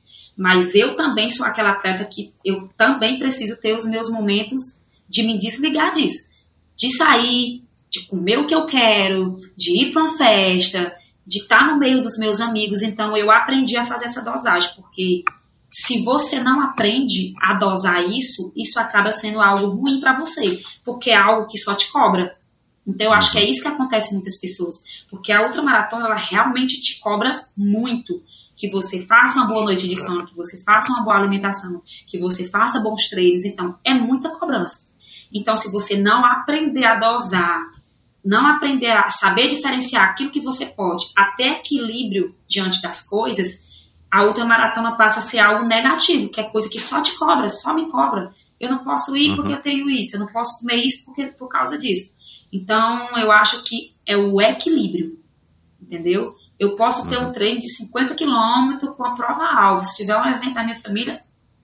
S1: Mas eu também sou aquela atleta que eu também preciso ter os meus momentos de me desligar disso. De sair, de comer o que eu quero, de ir para uma festa, de estar no meio dos meus amigos. Então, eu aprendi a fazer essa dosagem, porque se você não aprende a dosar isso, isso acaba sendo algo ruim para você, porque é algo que só te cobra. Então, eu acho que é isso que acontece com muitas pessoas, porque a ultramaratona, ela realmente te cobra muito. Que você faça uma boa noite de sono, que você faça uma boa alimentação, que você faça bons treinos. Então, é muita cobrança. Então, se você não aprender a dosar, não aprender a saber diferenciar aquilo que você pode, até equilíbrio diante das coisas, a ultramaratona passa a ser algo negativo, que é coisa que só te cobra, só me cobra. Eu não posso ir porque eu tenho isso, eu não posso comer isso por causa disso. Então, eu acho que é o equilíbrio, entendeu? Eu posso ter um treino de 50 quilômetros com a prova-alvo. Se tiver um evento da minha família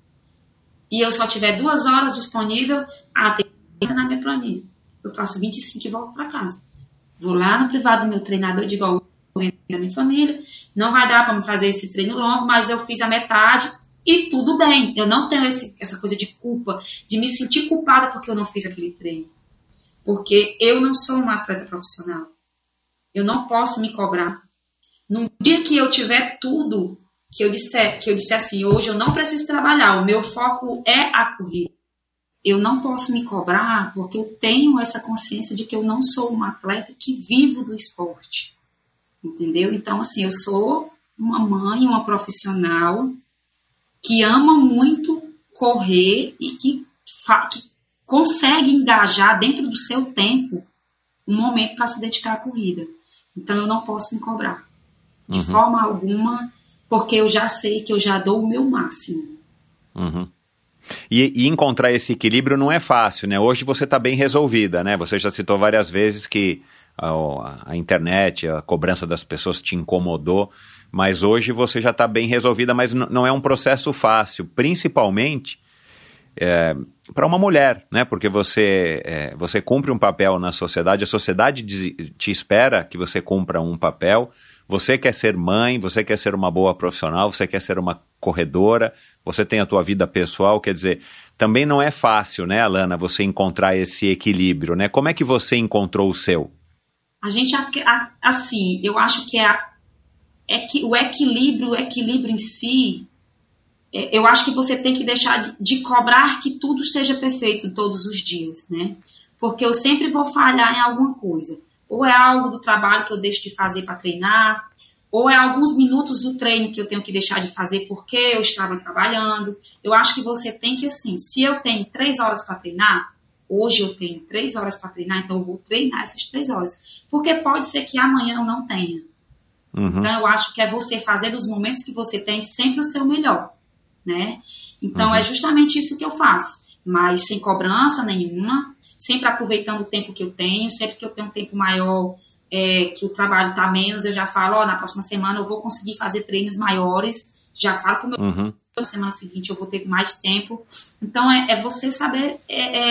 S1: e eu só tiver 2 horas disponível, tem que ir na minha planilha. Eu faço 25 e volto para casa. Vou lá no privado do meu treinador e digo, ó, da minha família, não vai dar para me fazer esse treino longo, mas eu fiz a metade e tudo bem. Eu não tenho essa coisa de culpa, de me sentir culpada porque eu não fiz aquele treino. Porque eu não sou uma atleta profissional. Eu não posso me cobrar. No dia que eu tiver tudo, que eu disser assim, hoje eu não preciso trabalhar, o meu foco é a corrida. Eu não posso me cobrar porque eu tenho essa consciência de que eu não sou uma atleta que vivo do esporte. Entendeu? Então, assim, eu sou uma mãe, uma profissional que ama muito correr e que consegue engajar dentro do seu tempo um momento para se dedicar à corrida. Então, eu não posso me cobrar. De forma alguma, porque eu já sei que eu já dou o meu máximo.
S9: E encontrar esse equilíbrio não é fácil, né? Hoje você está bem resolvida, né? Você já citou várias vezes que a internet, a cobrança das pessoas te incomodou, mas hoje você já está bem resolvida, mas não é um processo fácil, principalmente para uma mulher, né? Porque você cumpre um papel na sociedade, a sociedade te espera que você cumpra um papel. Você quer ser mãe, você quer ser uma boa profissional, você quer ser uma corredora, você tem a tua vida pessoal, quer dizer, também não é fácil, né, Alana, você encontrar esse equilíbrio, né? Como é que você encontrou o seu?
S1: A gente, assim, eu acho que o equilíbrio em si, eu acho que você tem que deixar de cobrar que tudo esteja perfeito todos os dias, né? Porque eu sempre vou falhar em alguma coisa. Ou é algo do trabalho que eu deixo de fazer para treinar, ou é alguns minutos do treino que eu tenho que deixar de fazer porque eu estava trabalhando. Eu acho que você tem que, assim, se eu tenho 3 horas para treinar, hoje eu tenho 3 horas para treinar, então eu vou treinar essas 3 horas. Porque pode ser que amanhã eu não tenha. Então eu acho que é você fazer dos momentos que você tem sempre o seu melhor, né? Então é justamente isso que eu faço, mas sem cobrança nenhuma, sempre aproveitando o tempo que eu tenho, sempre que eu tenho um tempo maior, que o trabalho está menos, eu já falo, na próxima semana eu vou conseguir fazer treinos maiores, já falo para o meu na semana seguinte eu vou ter mais tempo. Então é você saber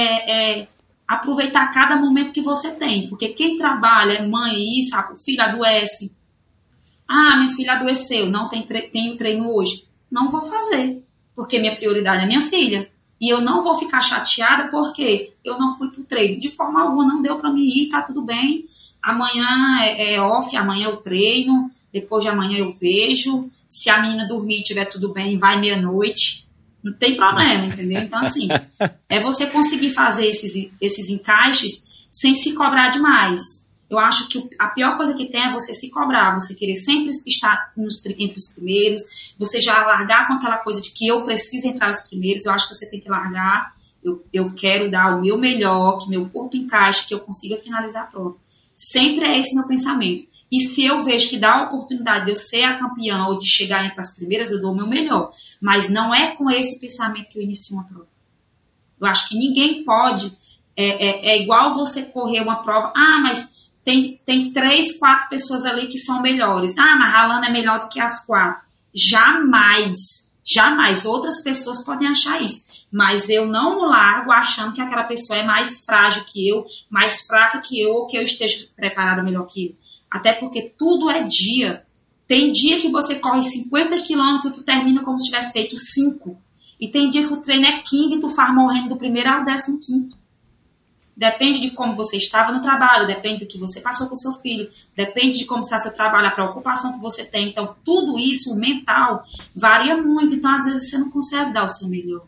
S1: aproveitar cada momento que você tem, porque quem trabalha, é mãe, sabe, o filho adoece, minha filha adoeceu, não tenho treino hoje, não vou fazer, porque minha prioridade é minha filha. E eu não vou ficar chateada porque eu não fui pro treino. De forma alguma, não deu para mim ir, tá tudo bem. Amanhã é off, amanhã eu treino, depois de amanhã eu vejo. Se a menina dormir e tiver tudo bem, vai meia-noite. Não tem problema, entendeu? Então, assim, é você conseguir fazer esses encaixes sem se cobrar demais. Eu acho que a pior coisa que tem é você se cobrar, você querer sempre estar entre os primeiros, você já largar com aquela coisa de que eu preciso entrar nos primeiros. Eu acho que você tem que largar, eu quero dar o meu melhor, que meu corpo encaixe, que eu consiga finalizar a prova. Sempre é esse meu pensamento. E se eu vejo que dá a oportunidade de eu ser a campeã ou de chegar entre as primeiras, eu dou o meu melhor. Mas não é com esse pensamento que eu inicio uma prova. Eu acho que ninguém pode, é igual você correr uma prova, mas tem 3, 4 pessoas ali que são melhores. Mas a Alana é melhor do que as 4. Jamais. Outras pessoas podem achar isso. Mas eu não largo achando que aquela pessoa é mais frágil que eu, mais fraca que eu, ou que eu esteja preparada melhor que eu. Até porque tudo é dia. Tem dia que você corre 50 quilômetros, tu termina como se tivesse feito 5. E tem dia que o treino é 15 e tu faz morrendo do primeiro ao 15º. Depende de como você estava no trabalho, depende do que você passou com seu filho, depende de como está seu trabalho, a preocupação que você tem. Então, tudo isso, o mental, varia muito. Então, às vezes, você não consegue dar o seu melhor.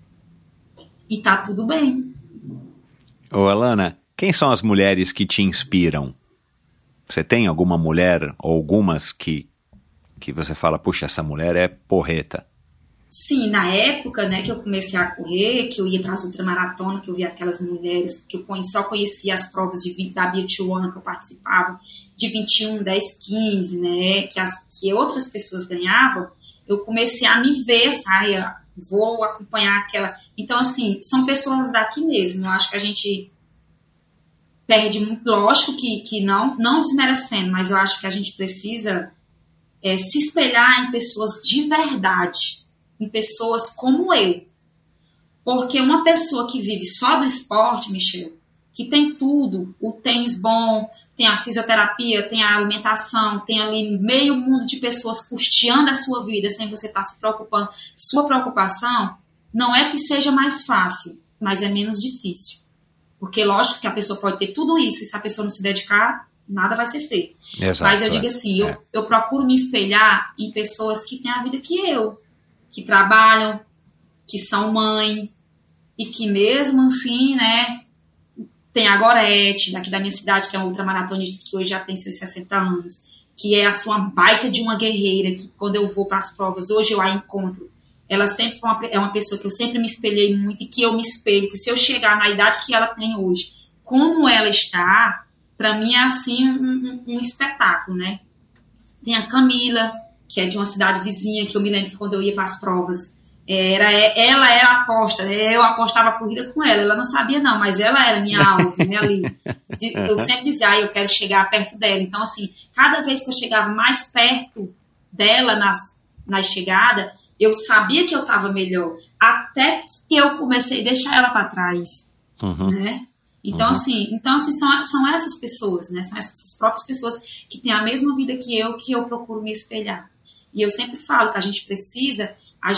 S1: E tá tudo bem.
S9: Ô, Alana, quem são as mulheres que te inspiram? Você tem alguma mulher ou algumas que você fala, puxa, essa mulher é porreta?
S1: Sim, na época, né, que eu comecei a correr, que eu ia para as ultramaratonas, que eu via aquelas mulheres, que eu só conhecia as provas da Beauty One que eu participava, de 21, 10, 15, né, que outras pessoas ganhavam, eu comecei a me ver, vou acompanhar aquela... Então, assim, são pessoas daqui mesmo, eu acho que a gente perde muito, lógico que não desmerecendo, mas eu acho que a gente precisa se espelhar em pessoas de verdade, em pessoas como eu. Porque uma pessoa que vive só do esporte, Michel, que tem tudo, o tênis bom, tem a fisioterapia, tem a alimentação, tem ali meio mundo de pessoas custeando a sua vida sem você estar se preocupando. Sua preocupação não é que seja mais fácil, mas é menos difícil. Porque lógico que a pessoa pode ter tudo isso e se a pessoa não se dedicar, nada vai ser feito. Exato, mas eu digo assim, eu procuro me espelhar em pessoas que têm a vida que eu, que trabalham, que são mãe, e que mesmo assim, né, tem a Gorete, daqui da minha cidade, que é uma ultramaratonista que hoje já tem seus 60 anos, que é a sua baita de uma guerreira, que quando eu vou para as provas, hoje eu a encontro, ela sempre é uma pessoa que eu sempre me espelhei muito, e que eu me espelho, que se eu chegar na idade que ela tem hoje, como ela está, para mim é assim um espetáculo, né? Tem a Camila, que é de uma cidade vizinha, que eu me lembro que quando eu ia para as provas, ela era a aposta, eu apostava a corrida com ela não sabia não, mas ela era minha alvo, né, ali. Eu sempre dizia, eu quero chegar perto dela. Então, assim, cada vez que eu chegava mais perto dela na chegada, eu sabia que eu estava melhor, até que eu comecei a deixar ela para trás, né? Então, assim, são essas pessoas, né? São essas próprias pessoas que têm a mesma vida que eu procuro me espelhar. E eu sempre falo que a gente precisa,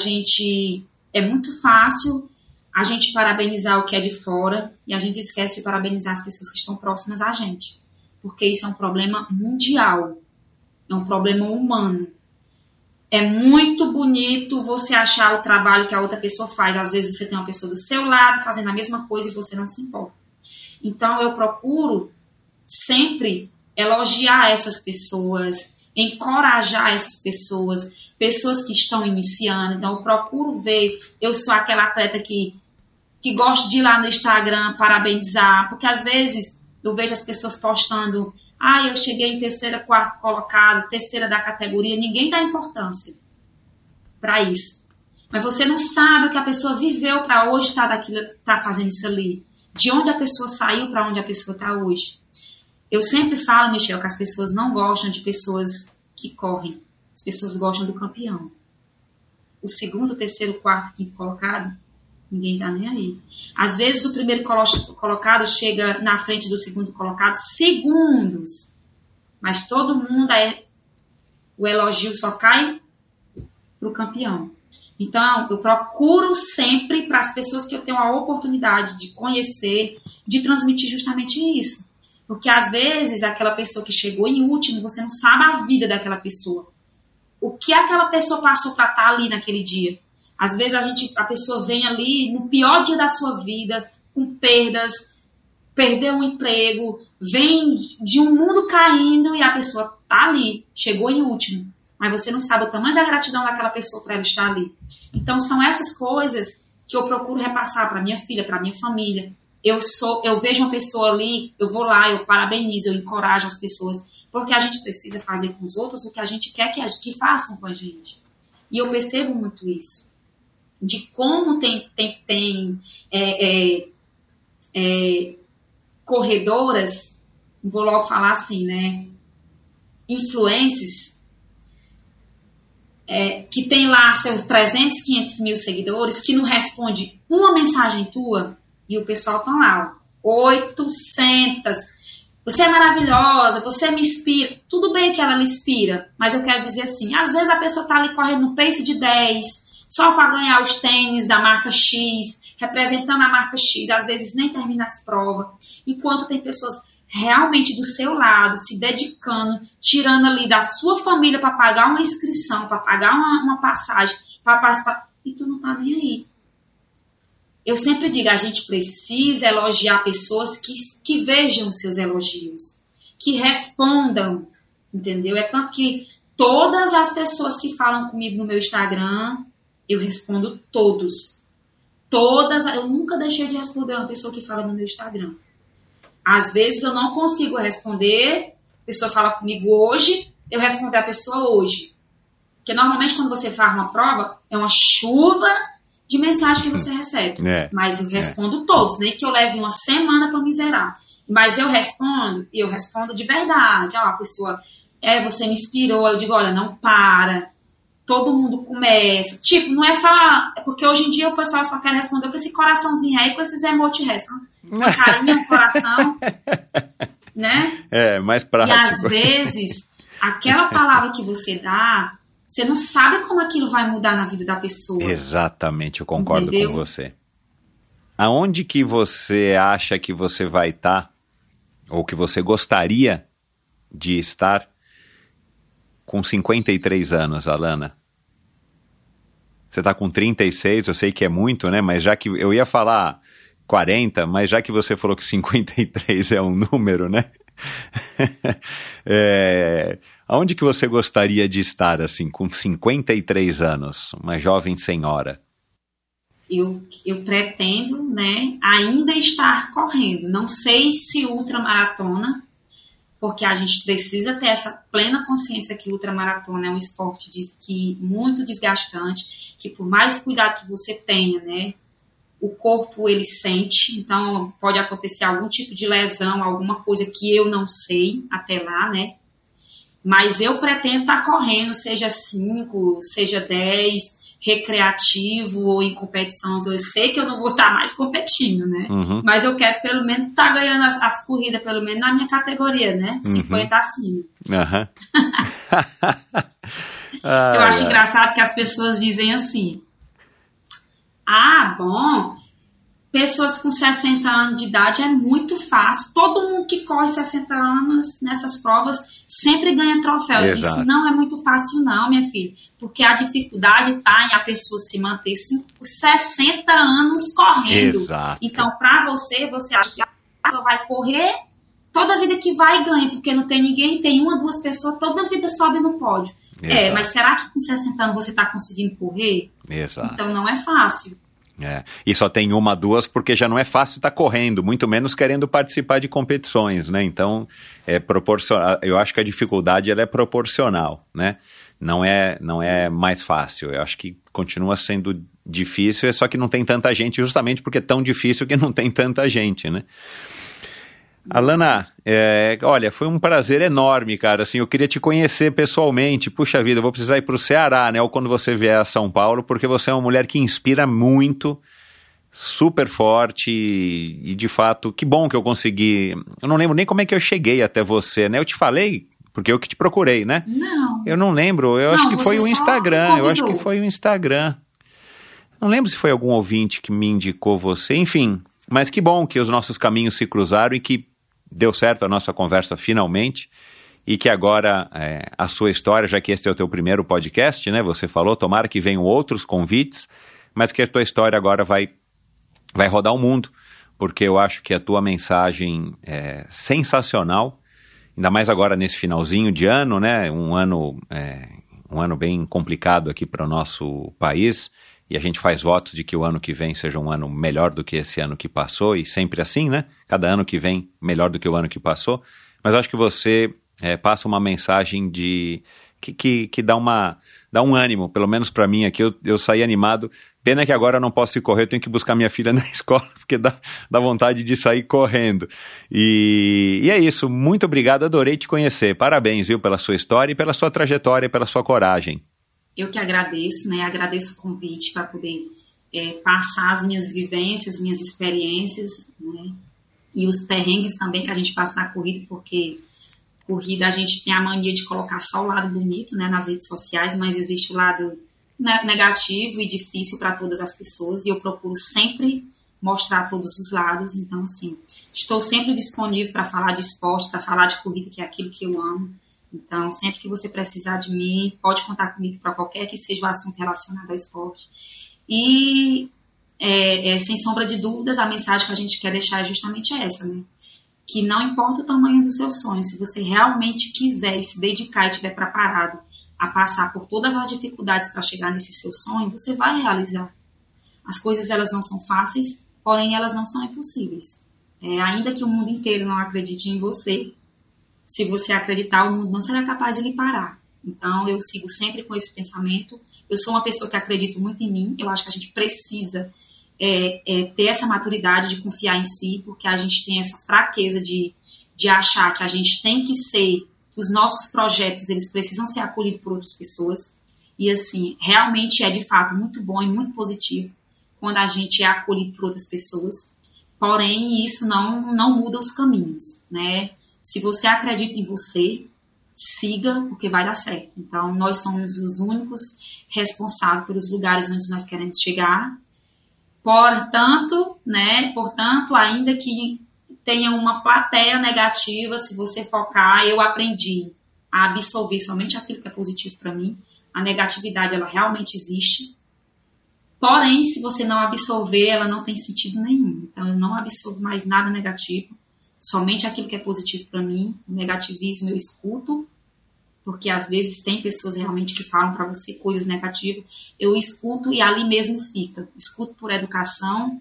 S1: é muito fácil a gente parabenizar o que é de fora e a gente esquece de parabenizar as pessoas que estão próximas a gente. Porque isso é um problema mundial, é um problema humano. É muito bonito você achar o trabalho que a outra pessoa faz. Às vezes você tem uma pessoa do seu lado fazendo a mesma coisa e você não se importa. Então eu procuro sempre elogiar essas pessoas, encorajar essas pessoas que estão iniciando. Então eu procuro ver, eu sou aquela atleta que gosto de ir lá no Instagram parabenizar, porque às vezes eu vejo as pessoas postando, eu cheguei em terceira, quarto colocado, terceira da categoria, ninguém dá importância para isso. Mas você não sabe o que a pessoa viveu para hoje estar fazendo isso ali, de onde a pessoa saiu para onde a pessoa está hoje. Eu sempre falo, Michel, que as pessoas não gostam de pessoas que correm. As pessoas gostam do campeão. O segundo, terceiro, quarto, quinto colocado, ninguém dá nem aí. Às vezes o primeiro colocado chega na frente do segundo colocado segundos. Mas todo mundo, o elogio só cai para o campeão. Então, eu procuro sempre, para as pessoas que eu tenho a oportunidade de conhecer, de transmitir justamente isso. Porque, às vezes, aquela pessoa que chegou em último, você não sabe a vida daquela pessoa. O que aquela pessoa passou para estar ali naquele dia. Às vezes, a pessoa vem ali no pior dia da sua vida, com perdas, perdeu um emprego, vem de um mundo caindo e a pessoa está ali, chegou em último. Mas você não sabe o tamanho da gratidão daquela pessoa para ela estar ali. Então, são essas coisas que eu procuro repassar para minha filha, para minha família. Eu vejo uma pessoa ali, eu vou lá, eu parabenizo, eu encorajo as pessoas, porque a gente precisa fazer com os outros o que a gente quer que façam com a gente. E eu percebo muito isso. De como tem corredoras, vou logo falar assim, né? Influencers, que tem lá seus 300, 500 mil seguidores, que não responde uma mensagem tua, e o pessoal tá lá, 800. você é maravilhosa, você me inspira. Tudo bem que ela lhe inspira, mas eu quero dizer assim, às vezes a pessoa está ali correndo no pace de 10, só para ganhar os tênis da marca X, representando a marca X, às vezes nem termina as provas, enquanto tem pessoas realmente do seu lado, se dedicando, tirando ali da sua família para pagar uma inscrição, para pagar uma passagem, para participar, e tu não tá nem aí. Eu sempre digo, a gente precisa elogiar pessoas que vejam os seus elogios, que respondam, entendeu? É tanto que todas as pessoas que falam comigo no meu Instagram, eu respondo todos. Todas, eu nunca deixei de responder uma pessoa que fala no meu Instagram. Às vezes eu não consigo responder, a pessoa fala comigo hoje, eu respondo a pessoa hoje. Porque normalmente quando você faz uma prova, é uma chuva de mensagem que você recebe. Mas eu respondo todos, nem que eu leve uma semana para me zerar. Mas eu respondo, e eu respondo de verdade. A pessoa, você me inspirou, eu digo, olha, não para. Todo mundo começa. Tipo, não é só... Porque hoje em dia o pessoal só quer responder com esse coraçãozinho aí, com esses emoji uma carinha, um coração, né?
S9: Mais prático.
S1: E às vezes, aquela palavra que você dá, você não sabe como aquilo vai mudar na vida da pessoa.
S9: Exatamente, eu concordo com você. Aonde que você acha que você vai estar, ou que você gostaria de estar com 53 anos, Alana? Você está com 36, eu sei que é muito, né? Mas já que eu ia falar 40, mas já que você falou que 53 é um número, né? Aonde que você gostaria de estar, assim, com 53 anos, uma jovem senhora?
S1: Eu pretendo, né, ainda estar correndo. Não sei se ultramaratona, porque a gente precisa ter essa plena consciência que ultramaratona é um esporte muito desgastante, que por mais cuidado que você tenha, né, o corpo ele sente, então pode acontecer algum tipo de lesão, alguma coisa que eu não sei até lá, né? Mas eu pretendo estar correndo, seja 5, seja 10, recreativo ou em competição. Eu sei que eu não vou estar mais competindo, né?
S9: Uhum.
S1: Mas eu quero pelo menos estar ganhando as corridas, pelo menos na minha categoria, né? 50 acima.
S9: Uhum.
S1: Eu acho engraçado que as pessoas dizem assim, bom, pessoas com 60 anos de idade é muito fácil. Todo mundo que corre 60 anos nessas provas sempre ganha troféu. Eu disse, não é muito fácil não, minha filha. Porque a dificuldade está em a pessoa se manter 60 anos correndo.
S9: Exato.
S1: Então, para você acha que a pessoa vai correr, toda vida que vai ganha, porque não tem ninguém, tem 1 ou 2 pessoas, toda vida sobe no pódio.
S9: Exato.
S1: Mas será que com 60 anos você está conseguindo correr?
S9: Exato.
S1: Então não é fácil.
S9: E só tem 1, 2 porque já não é fácil estar correndo, muito menos querendo participar de competições, né? Então, proporcional. Eu acho que a dificuldade ela é proporcional, né? Não é mais fácil. Eu acho que continua sendo difícil, só que não tem tanta gente, justamente porque é tão difícil que não tem tanta gente, né? Alana, olha, foi um prazer enorme, cara, assim, eu queria te conhecer pessoalmente, puxa vida, eu vou precisar ir para o Ceará, né, ou quando você vier a São Paulo, porque você é uma mulher que inspira muito, super forte, e de fato, que bom que eu consegui, eu não lembro nem como é que eu cheguei até você, né, eu te falei, porque eu que te procurei, né?
S1: Não.
S9: Eu não lembro, acho que foi o Instagram, não lembro se foi algum ouvinte que me indicou você, enfim, mas que bom que os nossos caminhos se cruzaram e que deu certo a nossa conversa finalmente e que agora a sua história, já que este é o teu primeiro podcast, né? Você falou, tomara que venham outros convites, mas que a tua história agora vai rodar o mundo, porque eu acho que a tua mensagem é sensacional, ainda mais agora nesse finalzinho de ano, né? Um ano bem complicado aqui para o nosso país, e a gente faz votos de que o ano que vem seja um ano melhor do que esse ano que passou, e sempre assim, né? Cada ano que vem melhor do que o ano que passou. Mas eu acho que você passa uma mensagem que dá um ânimo, pelo menos para mim aqui, eu saí animado. Pena que agora eu não posso ir correr, eu tenho que buscar minha filha na escola, porque dá vontade de sair correndo. E é isso, muito obrigado, adorei te conhecer. Parabéns, viu, pela sua história e pela sua trajetória e pela sua coragem.
S1: Eu que agradeço, né? Agradeço o convite para poder passar as minhas vivências, minhas experiências, né? e os perrengues também que a gente passa na corrida, porque corrida a gente tem a mania de colocar só o lado bonito, né, nas redes sociais, mas existe o lado negativo e difícil para todas as pessoas, e eu procuro sempre mostrar todos os lados. Então, assim, estou sempre disponível para falar de esporte, para falar de corrida, que é aquilo que eu amo. Então, sempre que você precisar de mim, pode contar comigo para qualquer que seja o assunto relacionado ao esporte. E, sem sombra de dúvidas, a mensagem que a gente quer deixar é justamente essa, né? Que não importa o tamanho do seu sonho, se você realmente quiser e se dedicar e estiver preparado a passar por todas as dificuldades para chegar nesse seu sonho, você vai realizar. As coisas, elas não são fáceis, porém elas não são impossíveis. Ainda que o mundo inteiro não acredite em você, se você acreditar, o mundo não será capaz de lhe parar. Então, eu sigo sempre com esse pensamento. Eu sou uma pessoa que acredito muito em mim. Eu acho que a gente precisa ter essa maturidade de confiar em si, porque a gente tem essa fraqueza de achar que a gente tem que ser, que os nossos projetos, eles precisam ser acolhidos por outras pessoas. E, assim, realmente é, de fato, muito bom e muito positivo quando a gente é acolhido por outras pessoas. Porém, isso não muda os caminhos, né? Se você acredita em você, siga, porque vai dar certo. Então, nós somos os únicos responsáveis pelos lugares onde nós queremos chegar. Portanto, ainda que tenha uma plateia negativa, se você focar, eu aprendi a absorver somente aquilo que é positivo para mim. A negatividade, ela realmente existe. Porém, se você não absorver, ela não tem sentido nenhum. Então, eu não absorvo mais nada negativo, somente aquilo que é positivo para mim. O negativismo eu escuto, porque às vezes tem pessoas realmente que falam para você coisas negativas. Eu escuto e ali mesmo fica. Escuto por educação,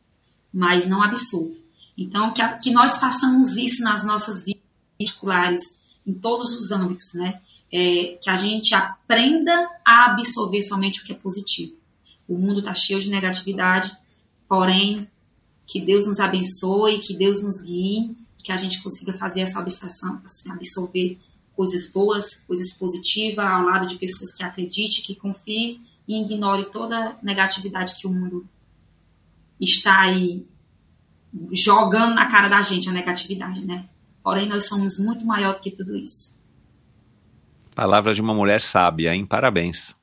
S1: mas não absorvo. Então, que nós façamos isso nas nossas vidas particulares, em todos os âmbitos, né? Que a gente aprenda a absorver somente o que é positivo. O mundo está cheio de negatividade, porém, que Deus nos abençoe, que Deus nos guie, que a gente consiga fazer essa absorção, assim, absorver coisas boas, coisas positivas, ao lado de pessoas que acreditem, que confiem e ignore toda a negatividade que o mundo está aí jogando na cara da gente, a negatividade, né? Porém, nós somos muito maior do que tudo isso.
S9: Palavra de uma mulher sábia, hein? Parabéns.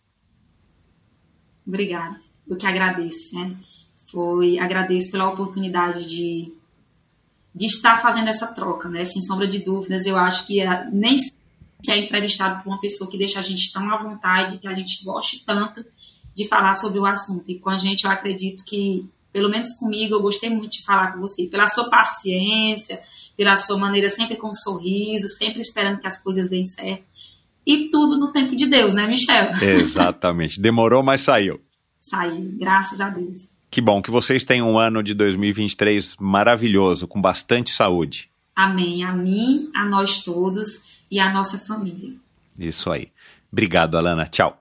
S1: Obrigada. Eu que agradeço, né? Agradeço pela oportunidade de estar fazendo essa troca, né? Sem sombra de dúvidas, eu acho que nem se é entrevistado por uma pessoa que deixa a gente tão à vontade, que a gente goste tanto de falar sobre o assunto. E com a gente, eu acredito que, pelo menos comigo, eu gostei muito de falar com você, pela sua paciência, pela sua maneira sempre com um sorriso, sempre esperando que as coisas deem certo. E tudo no tempo de Deus, né, Michel?
S9: Exatamente. Demorou, mas saiu.
S1: Saiu, graças a Deus.
S9: Que bom, que vocês tenham um ano de 2023 maravilhoso, com bastante saúde.
S1: Amém. A mim, a nós todos e a nossa família.
S9: Isso aí. Obrigado, Alana. Tchau.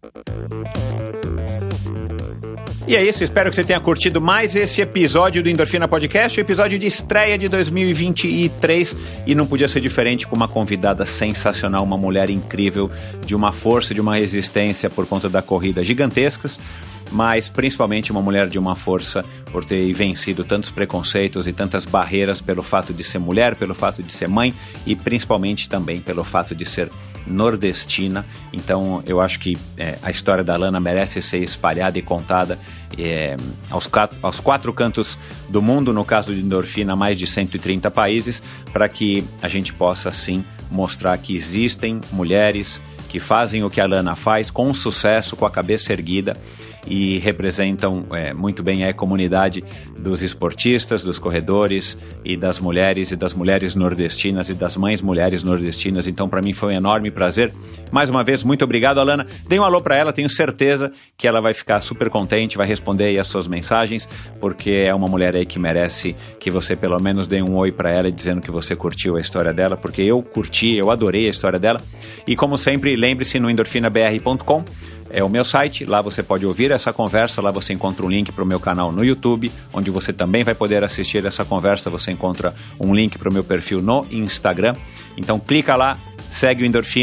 S9: E é isso, espero que você tenha curtido mais esse episódio do Endorfina Podcast, o episódio de estreia de 2023, e não podia ser diferente com uma convidada sensacional, uma mulher incrível, de uma força, de uma resistência por conta da corrida gigantescas, mas principalmente uma mulher de uma força por ter vencido tantos preconceitos e tantas barreiras pelo fato de ser mulher, pelo fato de ser mãe e principalmente também pelo fato de ser nordestina. Então eu acho que a história da Alana merece ser espalhada e contada aos quatro cantos do mundo, no caso de Endorfina, mais de 130 países, para que a gente possa sim mostrar que existem mulheres que fazem o que a Alana faz com sucesso, com a cabeça erguida, e representam muito bem a comunidade dos esportistas, dos corredores e das mulheres nordestinas e das mães mulheres nordestinas. Então, para mim foi um enorme prazer. Mais uma vez, muito obrigado, Alana. Dê um alô para ela, tenho certeza que ela vai ficar super contente, vai responder aí as suas mensagens, porque é uma mulher aí que merece que você pelo menos dê um oi para ela dizendo que você curtiu a história dela, porque eu curti, eu adorei a história dela. E como sempre, lembre-se, no endorfinabr.com é o meu site, lá você pode ouvir essa conversa, lá você encontra um link para o meu canal no YouTube, onde você também vai poder assistir essa conversa, você encontra um link para o meu perfil no Instagram. Então clica lá, segue o Endorfina,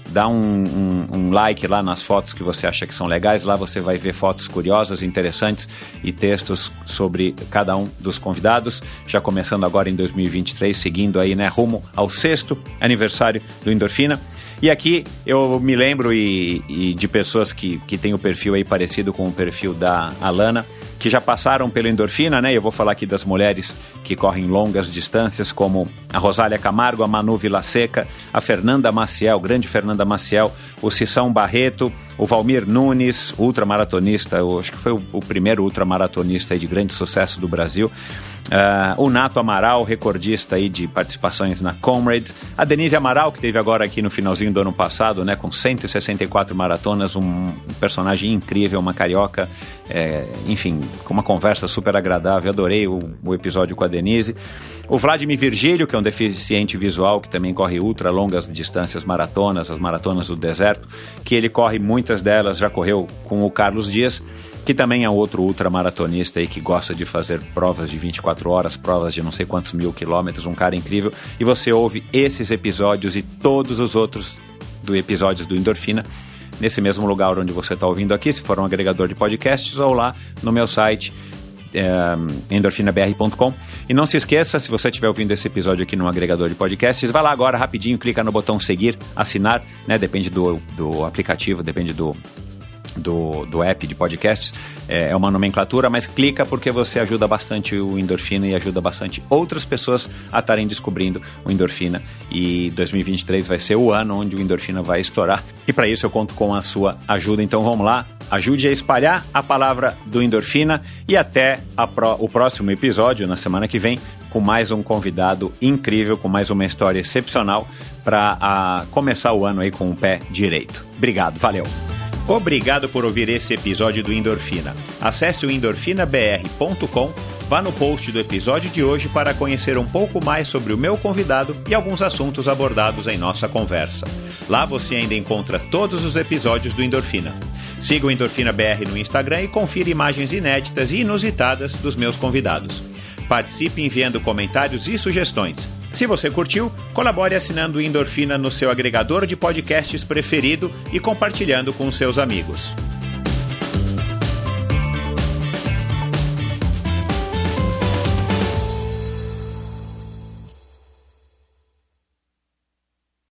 S9: dá um like lá nas fotos que você acha que são legais. Lá você vai ver fotos curiosas, interessantes e textos sobre cada um dos convidados, já começando agora em 2023, seguindo aí, né, rumo ao 6º aniversário do Endorfina. E aqui eu me lembro de pessoas que têm o perfil aí parecido com o perfil da Alana, que já passaram pelo Endorfina, né? Eu vou falar aqui das mulheres que correm longas distâncias, como a Rosália Camargo, a Manu Vilaseca, a Fernanda Maciel, grande Fernanda Maciel, o Cissão Barreto, o Valmir Nunes, ultramaratonista, eu acho que foi o primeiro ultramaratonista aí de grande sucesso do Brasil, o Nato Amaral, recordista aí de participações na Comrades, a Denise Amaral, que teve agora aqui no finalzinho do ano passado, né, com 164 maratonas, um personagem incrível, uma carioca, enfim, com uma conversa super agradável, adorei o episódio com a Denise. O Vladimir Virgílio, que é um deficiente visual, que também corre ultra longas distâncias maratonas, as maratonas do deserto, que ele corre muitas delas, já correu com o Carlos Dias, que também é outro ultramaratonista aí que gosta de fazer provas de 24 horas, provas de não sei quantos 1000 quilômetros, um cara incrível. E você ouve esses episódios e todos os outros episódios do Endorfina nesse mesmo lugar onde você está ouvindo aqui, se for um agregador de podcasts, ou lá no meu site, endorfinabr.com. E não se esqueça, se você estiver ouvindo esse episódio aqui no agregador de podcasts, vai lá agora rapidinho, clica no botão seguir, assinar, né? Depende do aplicativo, depende do app de podcasts, é uma nomenclatura, mas clica porque você ajuda bastante o Endorfina e ajuda bastante outras pessoas a estarem descobrindo o Endorfina, e 2023 vai ser o ano onde o Endorfina vai estourar, e para isso eu conto com a sua ajuda. Então vamos lá, ajude a espalhar a palavra do Endorfina, e até o próximo episódio, na semana que vem, com mais um convidado incrível, com mais uma história excepcional para começar o ano aí com o pé direito. Obrigado, valeu! Obrigado por ouvir esse episódio do Endorfina. Acesse o endorfinabr.com, vá no post do episódio de hoje para conhecer um pouco mais sobre o meu convidado e alguns assuntos abordados em nossa conversa. Lá você ainda encontra todos os episódios do Endorfina. Siga o Endorfina BR no Instagram e confira imagens inéditas e inusitadas dos meus convidados. Participe enviando comentários e sugestões. Se você curtiu, colabore assinando o Endorfina no seu agregador de podcasts preferido e compartilhando com seus amigos.